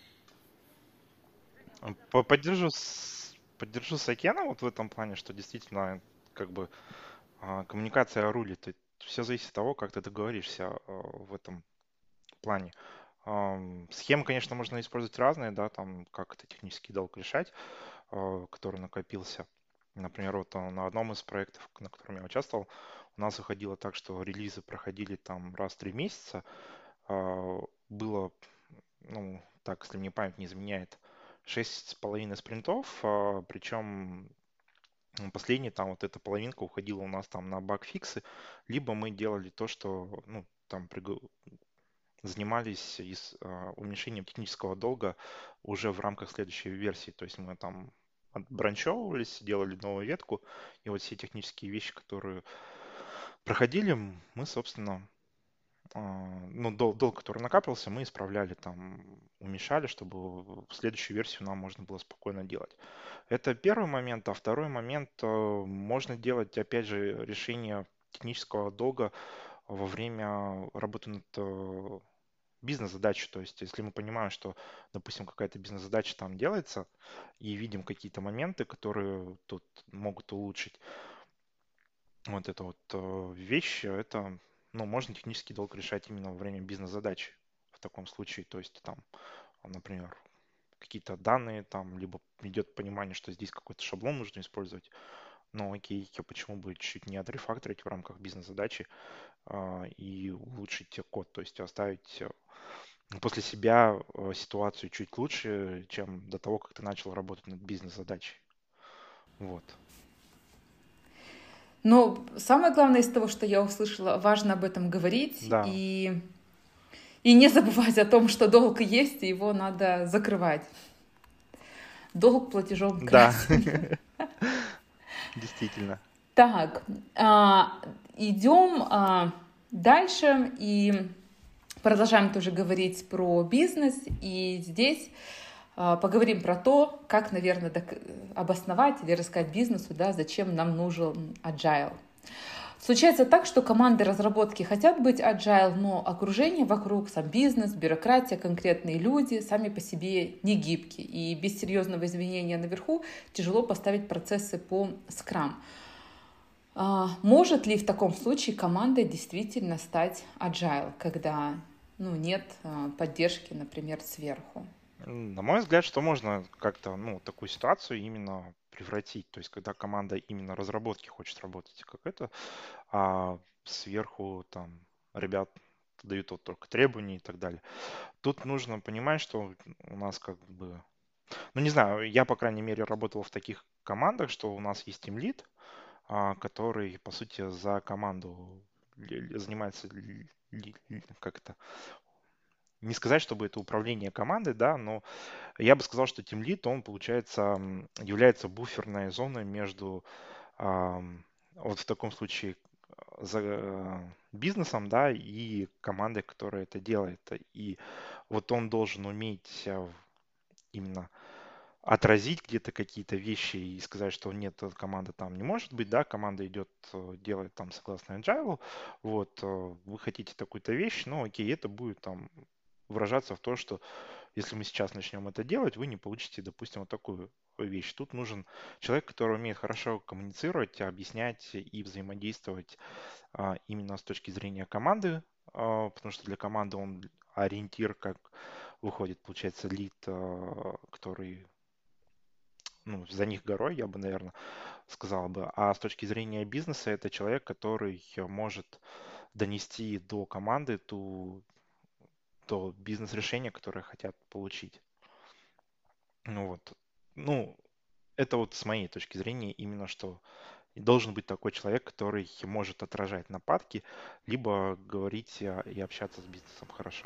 По- Поддержу, с- поддержу Сакена вот в этом плане, что действительно как бы а, коммуникация рулит. Все зависит от того, как ты договоришься а, в этом плане. Ам, Схемы, конечно, можно использовать разные, да, там как это технический долг решать, а, который накопился. Например, вот а, на одном из проектов, на котором я участвовал, у нас выходило так, что релизы проходили там раз в три месяца. А, Было, ну, так, если мне память не изменяет, шесть с половиной спринтов, а, причем м, последняя там вот эта половинка уходила у нас там на баг-фиксы, либо мы делали то, что, ну, там пригу- занимались ис- а, уменьшением технического долга уже в рамках следующей версии. То есть мы там отбранчевывались, делали новую ветку, и вот все технические вещи, которые проходили, мы, собственно, а, ну, дол- долг, который накапливался, мы исправляли там, уменьшали, чтобы в следующую версию нам можно было спокойно делать. Это первый момент, а второй момент, э, можно делать, опять же, решение технического долга во время работы над э, бизнес-задачей. То есть, если мы понимаем, что, допустим, какая-то бизнес-задача там делается, и видим какие-то моменты, которые тут могут улучшить вот эту вот э, вещь, это, ну, можно технический долг решать именно во время бизнес-задачи в таком случае. То есть, там, например, какие-то данные, там, либо идет понимание, что здесь какой-то шаблон нужно использовать. Ну, окей, а почему бы чуть не отрефакторить в рамках бизнес-задачи а, и улучшить код, то есть оставить э, после себя э, ситуацию чуть лучше, чем до того, как ты начал работать над бизнес-задачей. Вот. Но самое главное из того, что я услышала, важно об этом говорить Да, и, и не забывать о том, что долг есть, и его надо закрывать. Долг платежом да, красен. действительно. Так, а, идем а, дальше и продолжаем тоже говорить про бизнес. И здесь а, поговорим про то, как, наверное, док- обосновать или рассказать бизнесу, да, зачем нам нужен agile. Случается так, что команды разработки хотят быть agile, но окружение вокруг, сам бизнес, бюрократия, конкретные люди сами по себе не гибкие. И без серьезного изменения наверху тяжело поставить процессы по Scrum. А, Может ли в таком случае команда действительно стать agile, когда ну, нет а, поддержки, например, сверху? М, На мой взгляд, что можно как-то, ну, такую ситуацию именно превратить. То есть, когда команда именно разработки хочет работать как это, а сверху там ребят дают вот только требования и так далее. Тут нужно понимать, что у нас как бы, ну не знаю, я, по крайней мере, работал в таких командах, что у нас есть тимлид, а, который, по сути, за команду ли- ли- занимается, ли- ли- ли- как это, не сказать, чтобы это управление командой, да, но я бы сказал, что тимлид, он, получается, м, является буферной зоной между, ам, вот в таком случае, э, за э, бизнесом, да, и командой, которая это делает. И вот он должен уметь э, именно отразить где-то какие-то вещи и сказать, что нет, эта команда там не может быть, да, команда идет, э, делает там согласно agile, вот, э, вы хотите такую-то вещь, ну окей, это будет там выражаться в то, что если мы сейчас начнем это делать, вы не получите, допустим, вот такую вещь. Тут нужен человек, который умеет хорошо коммуницировать, объяснять и взаимодействовать а, именно с точки зрения команды, а, потому что для команды он ориентир, как выходит, получается, лид, а, который, ну, за них горой, я бы, наверное, сказал бы. А с точки зрения бизнеса, это человек, который может донести до команды ту, то бизнес-решение, которое хотят получить. Ну вот. Ну, это вот с моей точки зрения именно что должен быть такой человек, который может отражать нападки, либо говорить а, и общаться с бизнесом хорошо.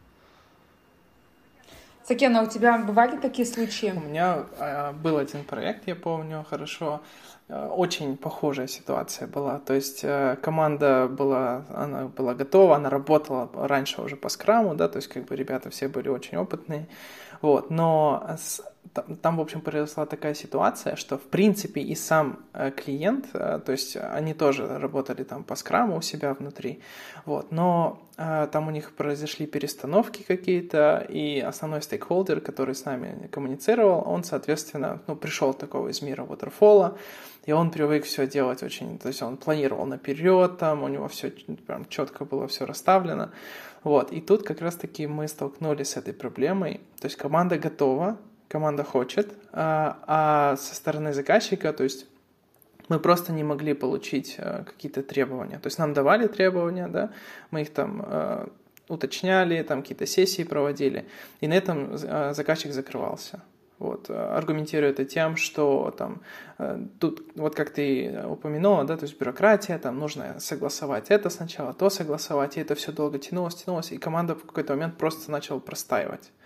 Сакена, у тебя бывали такие случаи? У меня э, был один проект, я помню хорошо. Э, очень похожая ситуация была. То есть э, команда была, она была готова, она работала раньше уже по скраму, да, то есть как бы ребята все были очень опытные. Вот, но с- там, там, в общем, произошла такая ситуация, что, в принципе, и сам э, клиент, э, то есть они тоже работали там по скраму у себя внутри, вот, но э, там у них произошли перестановки какие-то, и основной стейкхолдер, который с нами коммуницировал, он, соответственно, ну, пришел такого из мира waterfall, и он привык все делать очень, то есть он планировал наперед, там у него все прям четко было все расставлено. Вот, и тут как раз-таки мы столкнулись с этой проблемой. То есть команда готова, команда хочет, а, а со стороны заказчика, то есть мы просто не могли получить а, какие-то требования. То есть нам давали требования, да, мы их там а, уточняли, там какие-то сессии проводили, и на этом а, заказчик закрывался. Вот, аргументируя это тем, что там тут, вот как ты упомянула, да, то есть бюрократия, там нужно согласовать это сначала, то согласовать, и это все долго тянулось, тянулось, и команда в какой-то момент просто начала простаивать.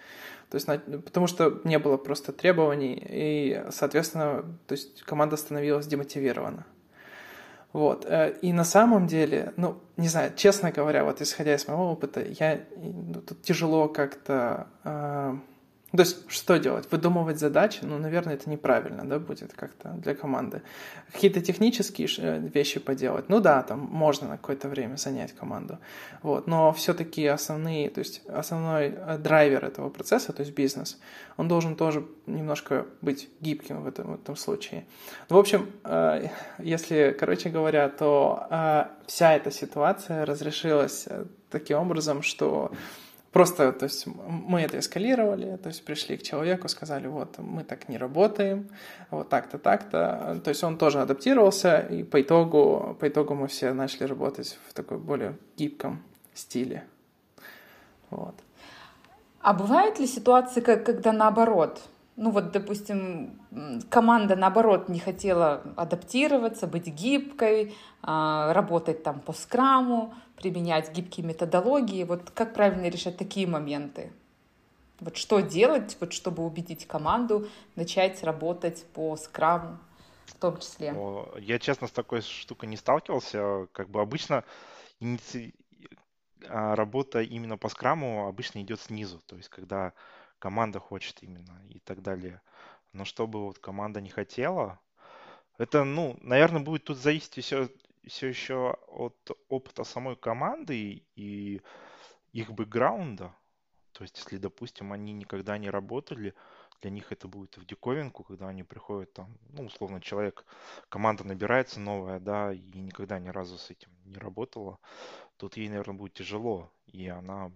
То есть, потому что не было просто требований, и, соответственно, то есть команда становилась демотивирована. Вот. И на самом деле, ну, не знаю, честно говоря, вот исходя из моего опыта, я, ну, тут тяжело как-то... Э, то есть, что делать? Выдумывать задачи? Ну, наверное, это неправильно, да, будет как-то для команды. Какие-то технические вещи поделать? Ну да, там можно на какое-то время занять команду. Вот. Но все-таки основные, то есть основной драйвер этого процесса, то есть бизнес, он должен тоже немножко быть гибким в этом, в этом случае. Ну, в общем, если, короче говоря, то вся эта ситуация разрешилась таким образом, что... Просто, то есть мы это эскалировали, то есть пришли к человеку, сказали, вот, мы так не работаем, вот так-то, так-то. То есть он тоже адаптировался, и по итогу, по итогу мы все начали работать в такой более гибком стиле. Вот. А бывают ли ситуации, как, когда наоборот? Ну вот, допустим, команда, наоборот, не хотела адаптироваться, быть гибкой, работать там по скраму, применять гибкие методологии. Вот как правильно решать такие моменты? Вот что делать, вот, чтобы убедить команду начать работать по скраму в том числе? Я, честно, с такой штукой не сталкивался. Как бы обычно иници... работа именно по скраму обычно идет снизу. То есть когда команда хочет именно и так далее. Но чтобы вот команда не хотела, это, ну, наверное, будет тут зависеть все, все еще от опыта самой команды и их бэкграунда. То есть, если, допустим, они никогда не работали, для них это будет в диковинку, когда они приходят там, ну, условно, человек, команда набирается новая, да, и никогда ни разу с этим не работала, тут ей, наверное, будет тяжело, и она...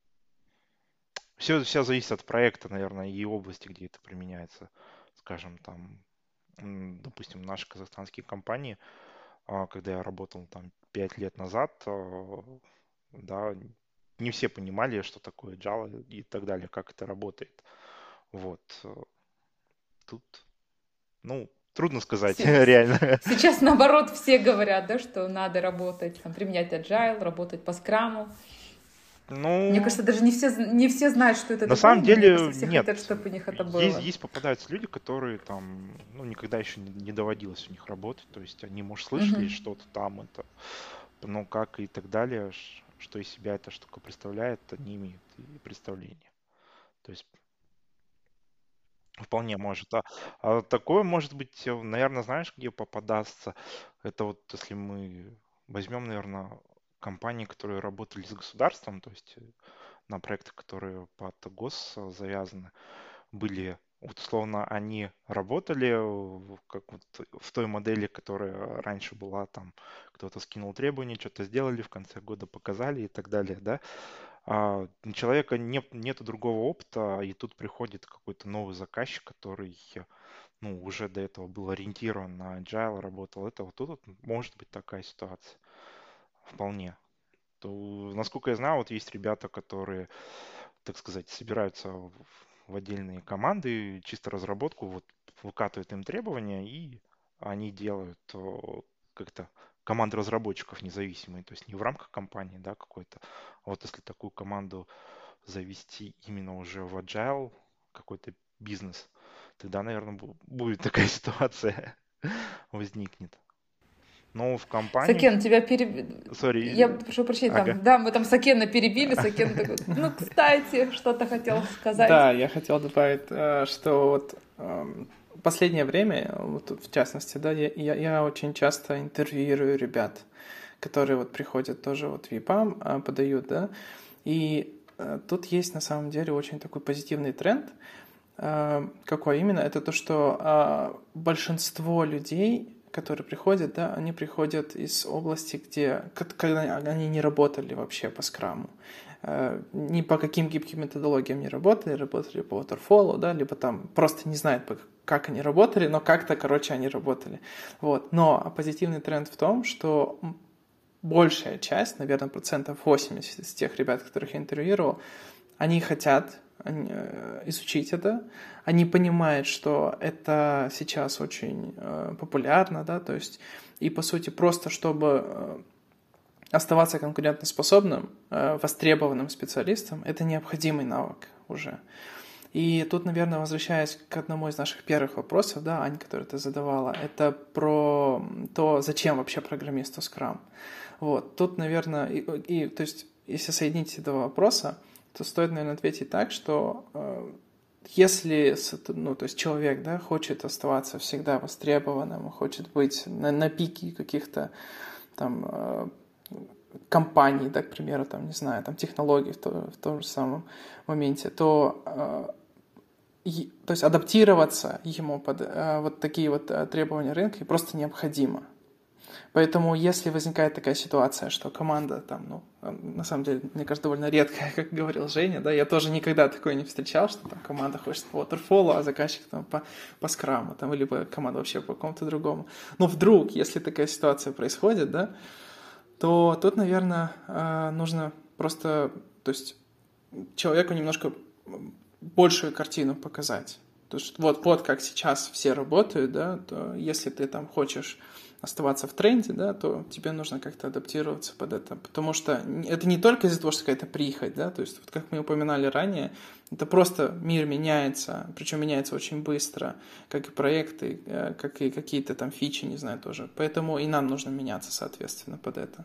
Все, все зависит от проекта, наверное, и области, где это применяется. Скажем, там, допустим, наши казахстанские компании, когда я работал там пять лет назад, да, не все понимали, что такое Java и так далее, как это работает. Вот. Тут, ну, трудно сказать, сейчас, реально. Сейчас, наоборот, все говорят, да, что надо работать, там, применять agile, работать по скраму. Ну, мне кажется, даже не все, не все знают, что это на такое. самом деле, кажется, все нет. хотят, чтобы у них это было. Есть, есть попадаются люди, которые там, ну, никогда еще не, не доводилось у них работать. То есть они, может, слышали uh-huh. что-то там, это, ну, как и так далее, что из себя эта штука представляет, они имеют и представление. То есть вполне может. А, а такое может быть, наверное, знаешь, где попадаться? Это вот если мы возьмем, наверное, компании, которые работали с государством, то есть на проектах, которые под гос завязаны, были, вот, условно, они работали как вот в той модели, которая раньше была, там кто-то скинул требования, что-то сделали, в конце года показали и так далее, да. А у человека нет, нету другого опыта, и тут приходит какой-то новый заказчик, который, ну, уже до этого был ориентирован на agile, работал. Это вот тут вот может быть такая ситуация. Вполне. То, насколько я знаю, вот есть ребята, которые, так сказать, собираются в, в отдельные команды, чисто разработку, вот выкатывают им требования, и они делают как-то команды разработчиков независимые, то есть не в рамках компании, да, какой-то. А вот если такую команду завести именно уже в agile, какой-то бизнес, тогда, наверное, будет такая ситуация возникнет. Но в компании... Сакен, тебя перебили. Sorry. Я прошу прощения, ага. там, да, мы там Сакена перебили, Сакен такой, ну, кстати, что-то хотел сказать. Да, я хотел добавить, что вот в последнее время, вот в частности, да, я, я, я очень часто интервьюирую ребят, которые вот приходят тоже вот в ЕПАМ, подают, да, и тут есть на самом деле очень такой позитивный тренд. Какой именно? Это то, что большинство людей, которые приходят, да, они приходят из области, где когда они не работали вообще по скраму, ни по каким гибким методологиям не работали, работали по waterfall, да, либо там просто не знают, как они работали, но как-то, короче, они работали. Вот. Но позитивный тренд в том, что большая часть, наверное, процентов восемьдесят из тех ребят, которых я интервьюировал, они хотят изучить это, они понимают, что это сейчас очень э, популярно, да, то есть, и по сути просто, чтобы э, оставаться конкурентоспособным, э, востребованным специалистом, это необходимый навык уже. И тут, наверное, возвращаясь к одному из наших первых вопросов, да, Ань, который ты задавала, это про то, зачем вообще программисту Scrum. Вот, тут, наверное, и, и то есть, если соединить эти два вопроса, то стоит, наверное, ответить так, что э, если, ну, то есть человек, да, хочет оставаться всегда востребованным, хочет быть на, на пике каких-то там э, компаний, да, к примеру, там, не знаю, там, технологий в, то, в том же самом моменте, то, э, и, то есть адаптироваться ему под э, вот такие вот э, требования рынка просто необходимо. Поэтому, если возникает такая ситуация, что команда там, ну, на самом деле, мне кажется, довольно редкая, как говорил Женя, да, я тоже никогда такое не встречал, что там команда хочет по waterfall, а заказчик там по, по скраму, там, либо команда вообще по какому-то другому. Но вдруг, если такая ситуация происходит, да, то тут, наверное, нужно просто, то есть человеку немножко большую картину показать. То есть вот, вот как сейчас все работают, да, то если ты там хочешь оставаться в тренде, да, то тебе нужно как-то адаптироваться под это, потому что это не только из-за того, что какая-то прихоть, да, то есть вот как мы упоминали ранее, это просто мир меняется, причем меняется очень быстро, как и проекты, как и какие-то там фичи, не знаю, тоже, поэтому и нам нужно меняться, соответственно, под это.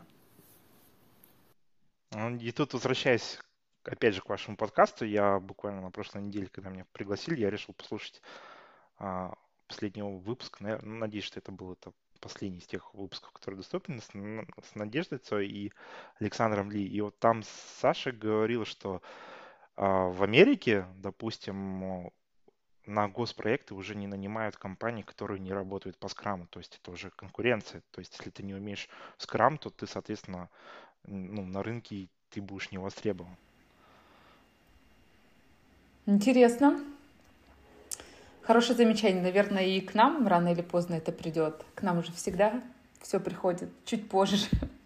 И тут, возвращаясь, опять же, к вашему подкасту, я буквально на прошлой неделе, когда меня пригласили, я решил послушать а, последнего выпуска, наверное, надеюсь, что это был это последний из тех выпусков, которые доступны, с, с Надеждой Цой и Александром Ли. И вот там Саша говорил, что а, в Америке, допустим, на госпроекты уже не нанимают компании, которые не работают по скраму. То есть это уже конкуренция. То есть если ты не умеешь скрам, то ты, соответственно, ну, на рынке ты будешь не востребован. Интересно. Хорошее замечание. Наверное, и к нам рано или поздно это придет. К нам уже всегда все приходит чуть позже.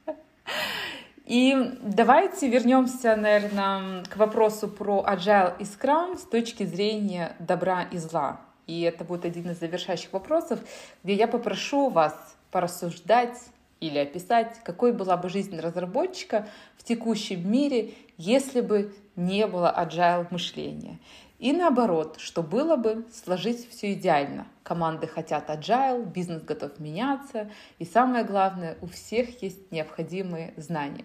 И давайте вернемся, наверное, к вопросу про Agile и Scrum с точки зрения добра и зла. И это будет один из завершающих вопросов, где я попрошу вас порассуждать или описать, какой была бы жизнь разработчика в текущем мире, если бы не было Agile мышления. И наоборот, что было бы сложить все идеально. Команды хотят agile, бизнес готов меняться. И самое главное, у всех есть необходимые знания.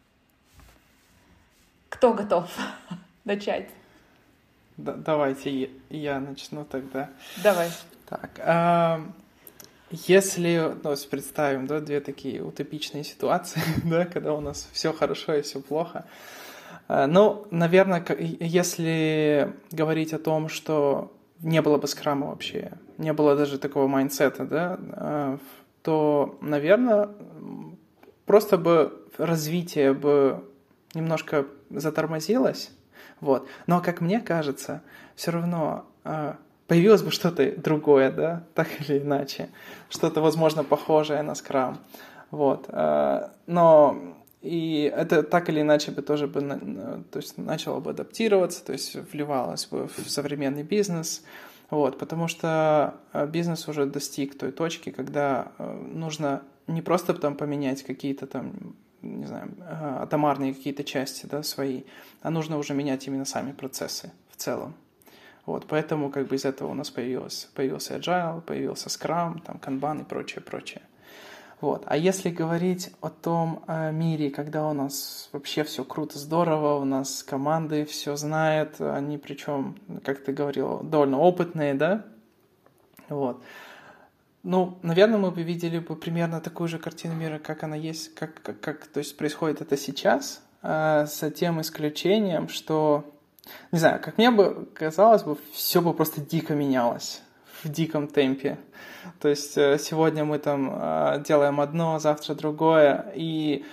Кто готов начать? Да, давайте я начну тогда. Давай. Так, а, если, ну, представим, да, две такие утопичные ситуации, да, когда у нас все хорошо и все плохо. Ну, наверное, если говорить о том, что не было бы скрама вообще, не было даже такого майндсета, да, то, наверное, просто бы развитие бы немножко затормозилось, вот. Но, как мне кажется, все равно появилось бы что-то другое, да, так или иначе, что-то, возможно, похожее на скрам, вот. Но и это так или иначе бы тоже бы, то есть, начало бы адаптироваться, то есть вливалось бы в современный бизнес, вот, потому что бизнес уже достиг той точки, когда нужно не просто там поменять какие-то там, не знаю, атомарные какие-то части, да, свои, а нужно уже менять именно сами процессы в целом. Вот, поэтому как бы из этого у нас появилось, появился Agile, появился Scrum, там, Kanban и прочее, прочее. Вот. А если говорить о том э, мире, когда у нас вообще все круто, здорово, у нас команды все знают, они причем, как ты говорил, довольно опытные, да? Вот. Ну, наверное, мы бы видели бы примерно такую же картину мира, как она есть, как, как, как то есть происходит это сейчас, э, с тем исключением, что, не знаю, как мне бы казалось бы, все бы просто дико менялось. В диком темпе. То есть сегодня мы там делаем одно, завтра другое. И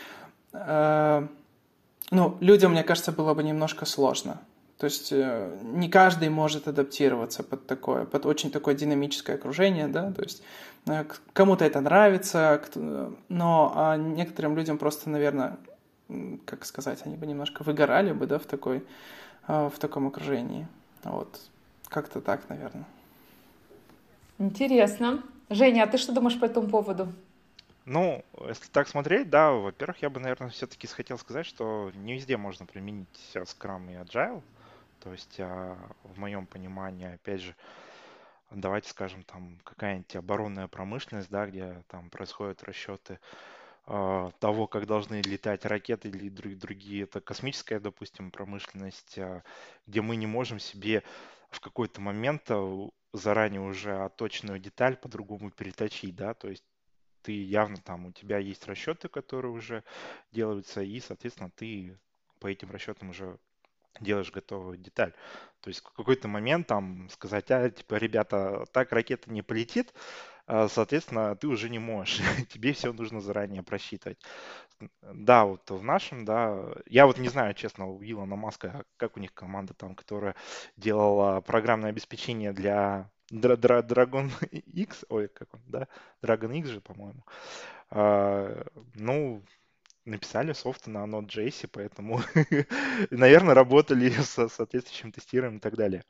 ну, людям, мне кажется, было бы немножко сложно. То есть не каждый может адаптироваться под такое, под очень такое динамическое окружение, да, то есть кому-то это нравится, но некоторым людям просто, наверное, как сказать, они бы немножко выгорали бы, да, в такой, в таком окружении. Вот, как-то так, наверное. Интересно. Женя, а ты что думаешь по этому поводу? Ну, если так смотреть, да, во-первых, я бы, наверное, все-таки хотел сказать, что не везде можно применить Scrum и Agile. То есть а, в моем понимании, опять же, давайте скажем, там какая-нибудь оборонная промышленность, да, где там происходят расчеты а, того, как должны летать ракеты или друг- другие, это космическая, допустим, промышленность, а, где мы не можем себе в какой-то момент а, заранее уже отточенную деталь по-другому переточить, да, то есть ты явно там, у тебя есть расчеты, которые уже делаются, и, соответственно, ты по этим расчетам уже делаешь готовую деталь. То есть в какой-то момент там сказать, а, типа, ребята, так ракета не полетит, а, соответственно, ты уже не можешь. Тебе все нужно заранее просчитывать. Да, вот в нашем, да, я вот не знаю, честно, у Илона Маска, как у них команда там, которая делала программное обеспечение для Дра- Дра- Dragon X, ой, как он, да, Dragon X же, по-моему. А, ну, написали софт на Node.js, поэтому, наверное, работали со соответствующим тестированием и так далее.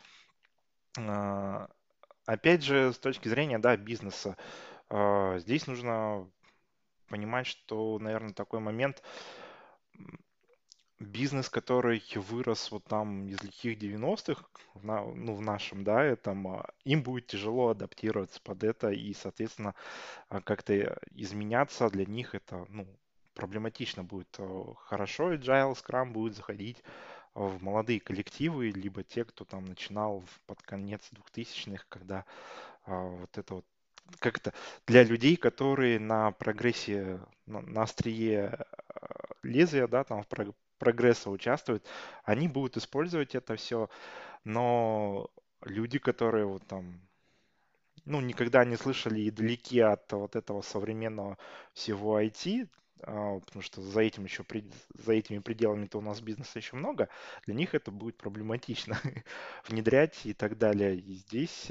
А, Опять же, с точки зрения, да, бизнеса, а, здесь нужно понимать, что, наверное, такой момент, м, бизнес, который вырос вот там из лихих девяностых, в на- ну, в нашем, да, этом, а, им будет тяжело адаптироваться под это и, соответственно, а, как-то изменяться для них это, ну, проблематично будет. Э, Хорошо, Agile, Scrum будет заходить в молодые коллективы, либо те, кто там начинал в- под конец двухтысячных, когда а, вот это вот как это для людей, которые на прогрессе, на, на острие а, лезвия, да, там в прог- прогресса участвуют, они будут использовать это все, но люди, которые вот там ну, никогда не слышали и далеки от вот этого современного всего ай ти, а, потому что за этим еще, пред- за этими пределами-то у нас бизнеса еще много, для них это будет проблематично внедрять и так далее. И здесь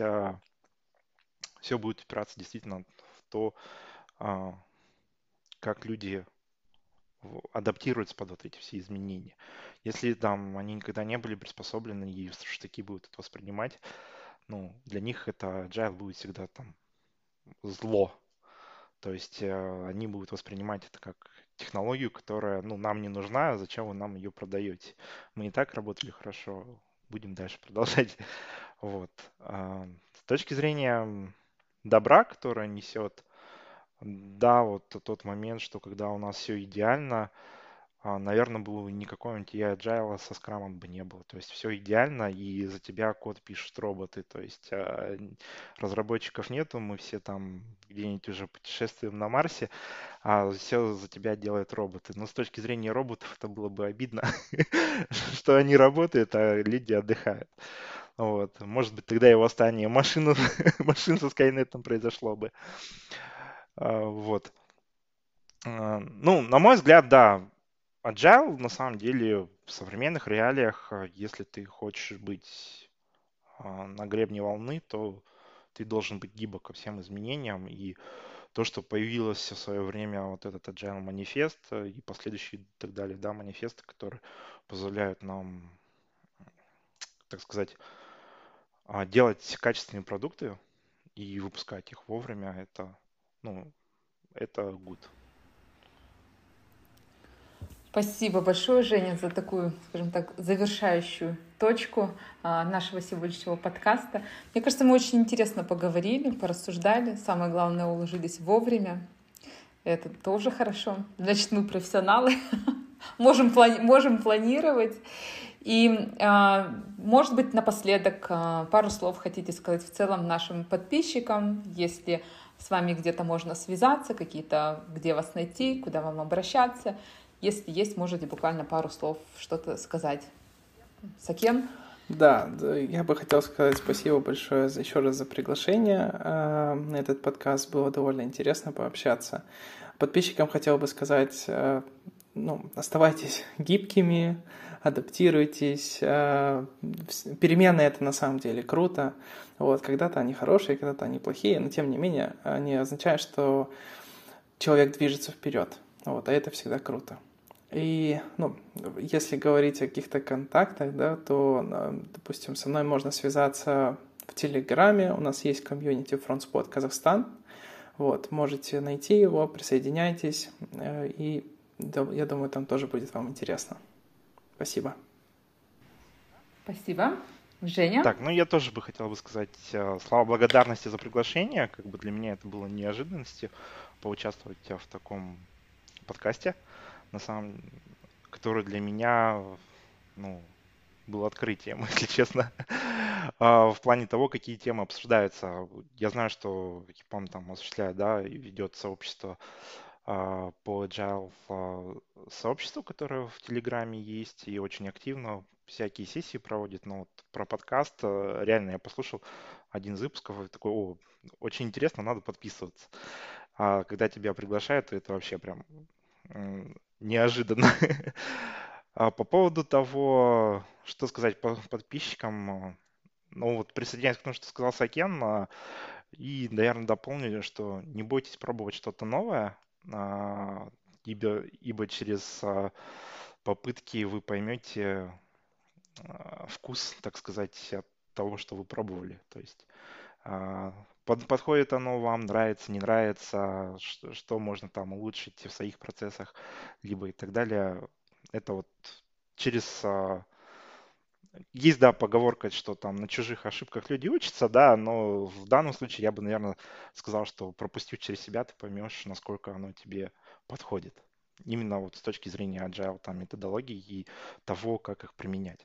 все будет упираться действительно в то, а, как люди в- адаптируются под вот эти все изменения. Если там они никогда не были приспособлены и в штыки будут это воспринимать, ну, для них это agile будет всегда там зло. То есть э, они будут воспринимать это как технологию, которая, ну, нам не нужна, а зачем вы нам ее продаете? Мы и так работали хорошо, будем дальше продолжать. Вот. А, С точки зрения м, добра, которое несет, да, вот тот момент, что когда у нас все идеально, а, наверное, было никакого-нибудь и agile со скрамом бы не было. То есть все идеально, и за тебя код пишут роботы. То есть а, н- разработчиков нету, мы все там где-нибудь уже путешествуем на Марсе, а все за тебя делают роботы. Но с точки зрения роботов это было бы обидно, что они работают, а люди отдыхают. Вот. Может быть, тогда и восстание машин, машин со Скайнетом произошло бы. А, Вот. А, Ну, на мой взгляд, да, Agile на самом деле в современных реалиях, а, если ты хочешь быть а, на гребне волны, то ты должен быть гибок ко всем изменениям. И то, что появилось в свое время вот этот Agile манифест э, и последующие и так далее, да, манифесты, которые позволяют нам, так сказать, а, делать качественные продукты и выпускать их вовремя, это, ну, это good. Спасибо большое, Женя, за такую, скажем так, завершающую точку а, нашего сегодняшнего подкаста. Мне кажется, мы очень интересно поговорили, порассуждали. Самое главное, уложились вовремя. Это тоже хорошо. Значит, мы профессионалы, можем, плани- можем планировать. И, а, может быть, напоследок а, пару слов хотите сказать в целом нашим подписчикам, если с вами где-то можно связаться, какие-то, где вас найти, куда вам обращаться. Если есть, можете буквально пару слов что-то сказать. Сакен? Да, да, я бы хотел сказать спасибо большое за, еще раз за приглашение э, на этот подкаст. Было довольно интересно пообщаться. Подписчикам хотел бы сказать, э, ну, оставайтесь гибкими, адаптируйтесь. Э, вс- перемены — это на самом деле круто. Вот, когда-то они хорошие, когда-то они плохие, но тем не менее они означают, что человек движется вперед. Вот, а это всегда круто. И, ну, если говорить о каких-то контактах, да, то, э, допустим, со мной можно связаться в Телеграме. У нас есть комьюнити FrontSpot Казахстан. Вот, можете найти его, присоединяйтесь, э, и я думаю, там тоже будет вам интересно. Спасибо. Спасибо. Женя? Так, ну я тоже бы хотел бы сказать э, слова благодарности за приглашение. Как бы для меня это было неожиданностью поучаствовать э, в таком подкасте, на самом, который для меня, ну, был открытием, если честно, А, в плане того, какие темы обсуждаются. Я знаю, что Хипам там осуществляет, да, и ведет сообщество а, по Agile а, сообществу, которое в Телеграме есть, и очень активно всякие сессии проводит. Но вот про подкаст а, реально я послушал один из выпусков и такой, о, очень интересно, надо подписываться. А когда тебя приглашают, то это вообще прям м, неожиданно. А по поводу того, что сказать по подписчикам, а, ну вот присоединяюсь к тому, что сказал Сакен, а, и, наверное, дополню, что не бойтесь пробовать что-то новое, а, ибо, ибо через а, попытки вы поймете а, вкус, так сказать, от того, что вы пробовали. То есть а, под- подходит оно вам, нравится, не нравится, что, что можно там улучшить в своих процессах, либо и так далее. Это вот через а, есть, да, поговорка, что там на чужих ошибках люди учатся, да, но в данном случае я бы, наверное, сказал, что пропустив через себя, ты поймешь, насколько оно тебе подходит. Именно вот с точки зрения agile там методологий и того, как их применять.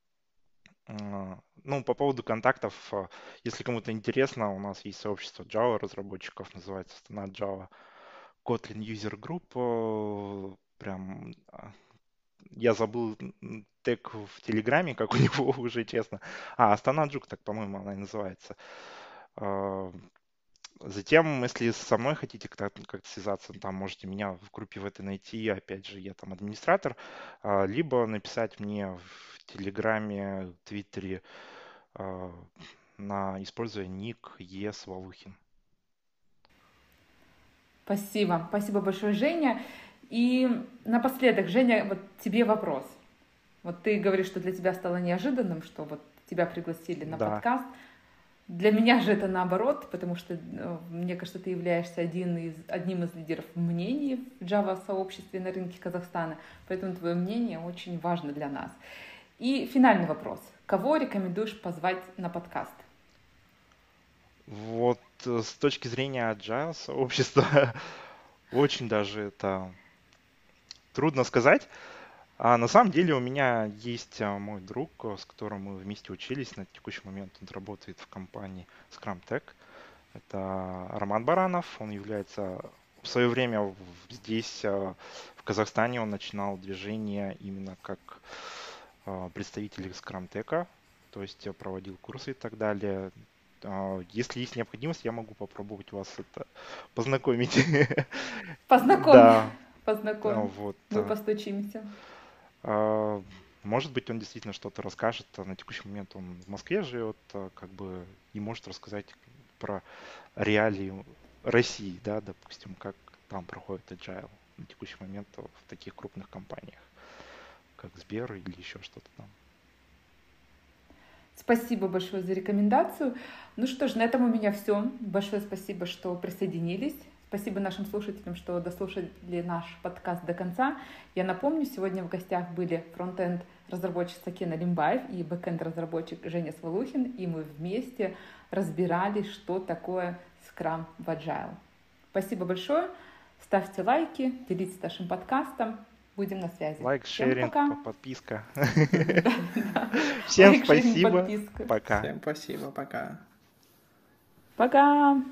А, Ну, по поводу контактов, а, если кому-то интересно, у нас есть сообщество Java разработчиков, называется Астана Java Kotlin User Group. э, Прям а, я забыл м, тег в Телеграме, как у него уже, честно. А, Астана Джук, так, по-моему, она и называется. А, Затем, если со мной хотите как-то как-то связаться, там можете меня в группе в этой найти. Опять же, я там администратор. А, Либо написать мне в Телеграме, Твиттере, а, на, используя ник ЕСВалухин. Спасибо. Спасибо большое, Женя. И напоследок, Женя, вот тебе вопрос. Вот ты говоришь, что для тебя стало неожиданным, что вот тебя пригласили на Да, подкаст. Для меня же это наоборот, потому что, э, мне кажется, ты являешься один из, одним из лидеров мнений в Java-сообществе на рынке Казахстана, поэтому твое мнение очень важно для нас. И финальный вопрос. Кого рекомендуешь позвать на подкаст? вот э, с точки зрения agile сообщества, очень даже это трудно сказать. А на самом деле у меня есть а, мой друг, а, с которым мы вместе учились. На текущий момент он работает в компании ScrumTech. Это Роман Баранов. Он является в свое время в- здесь, а, в Казахстане, он начинал движение именно как а, представитель ScrumTech, то есть а, проводил курсы и так далее. А, Если есть необходимость, я могу попробовать вас это познакомить. Познакомь, Да, а, познакомь. вот. Мы а, постучимся. А, Может быть, он действительно что-то расскажет. а На текущий момент он в Москве живет, а, как бы, и может рассказать про реалии России, да, допустим, как там проходит agile на текущий момент в таких крупных компаниях, как Сбер или еще что-то там. Спасибо большое за рекомендацию. Ну что ж, на этом у меня все. Большое спасибо, что присоединились. Спасибо нашим слушателям, что дослушали наш подкаст до конца. Я напомню, сегодня в гостях были фронт-энд разработчик Сакен Алимбаев и бэкэнд разработчик Женя Свалухин, и мы вместе разбирали, что такое Scrum в Agile. Спасибо большое. Ставьте лайки, делитесь нашим подкастом. Будем на связи. Лайк, Всем шеринг, пока. подписка. Да. Всем Лайк, шеринг, спасибо. подписка. Пока. Всем спасибо, пока. Пока.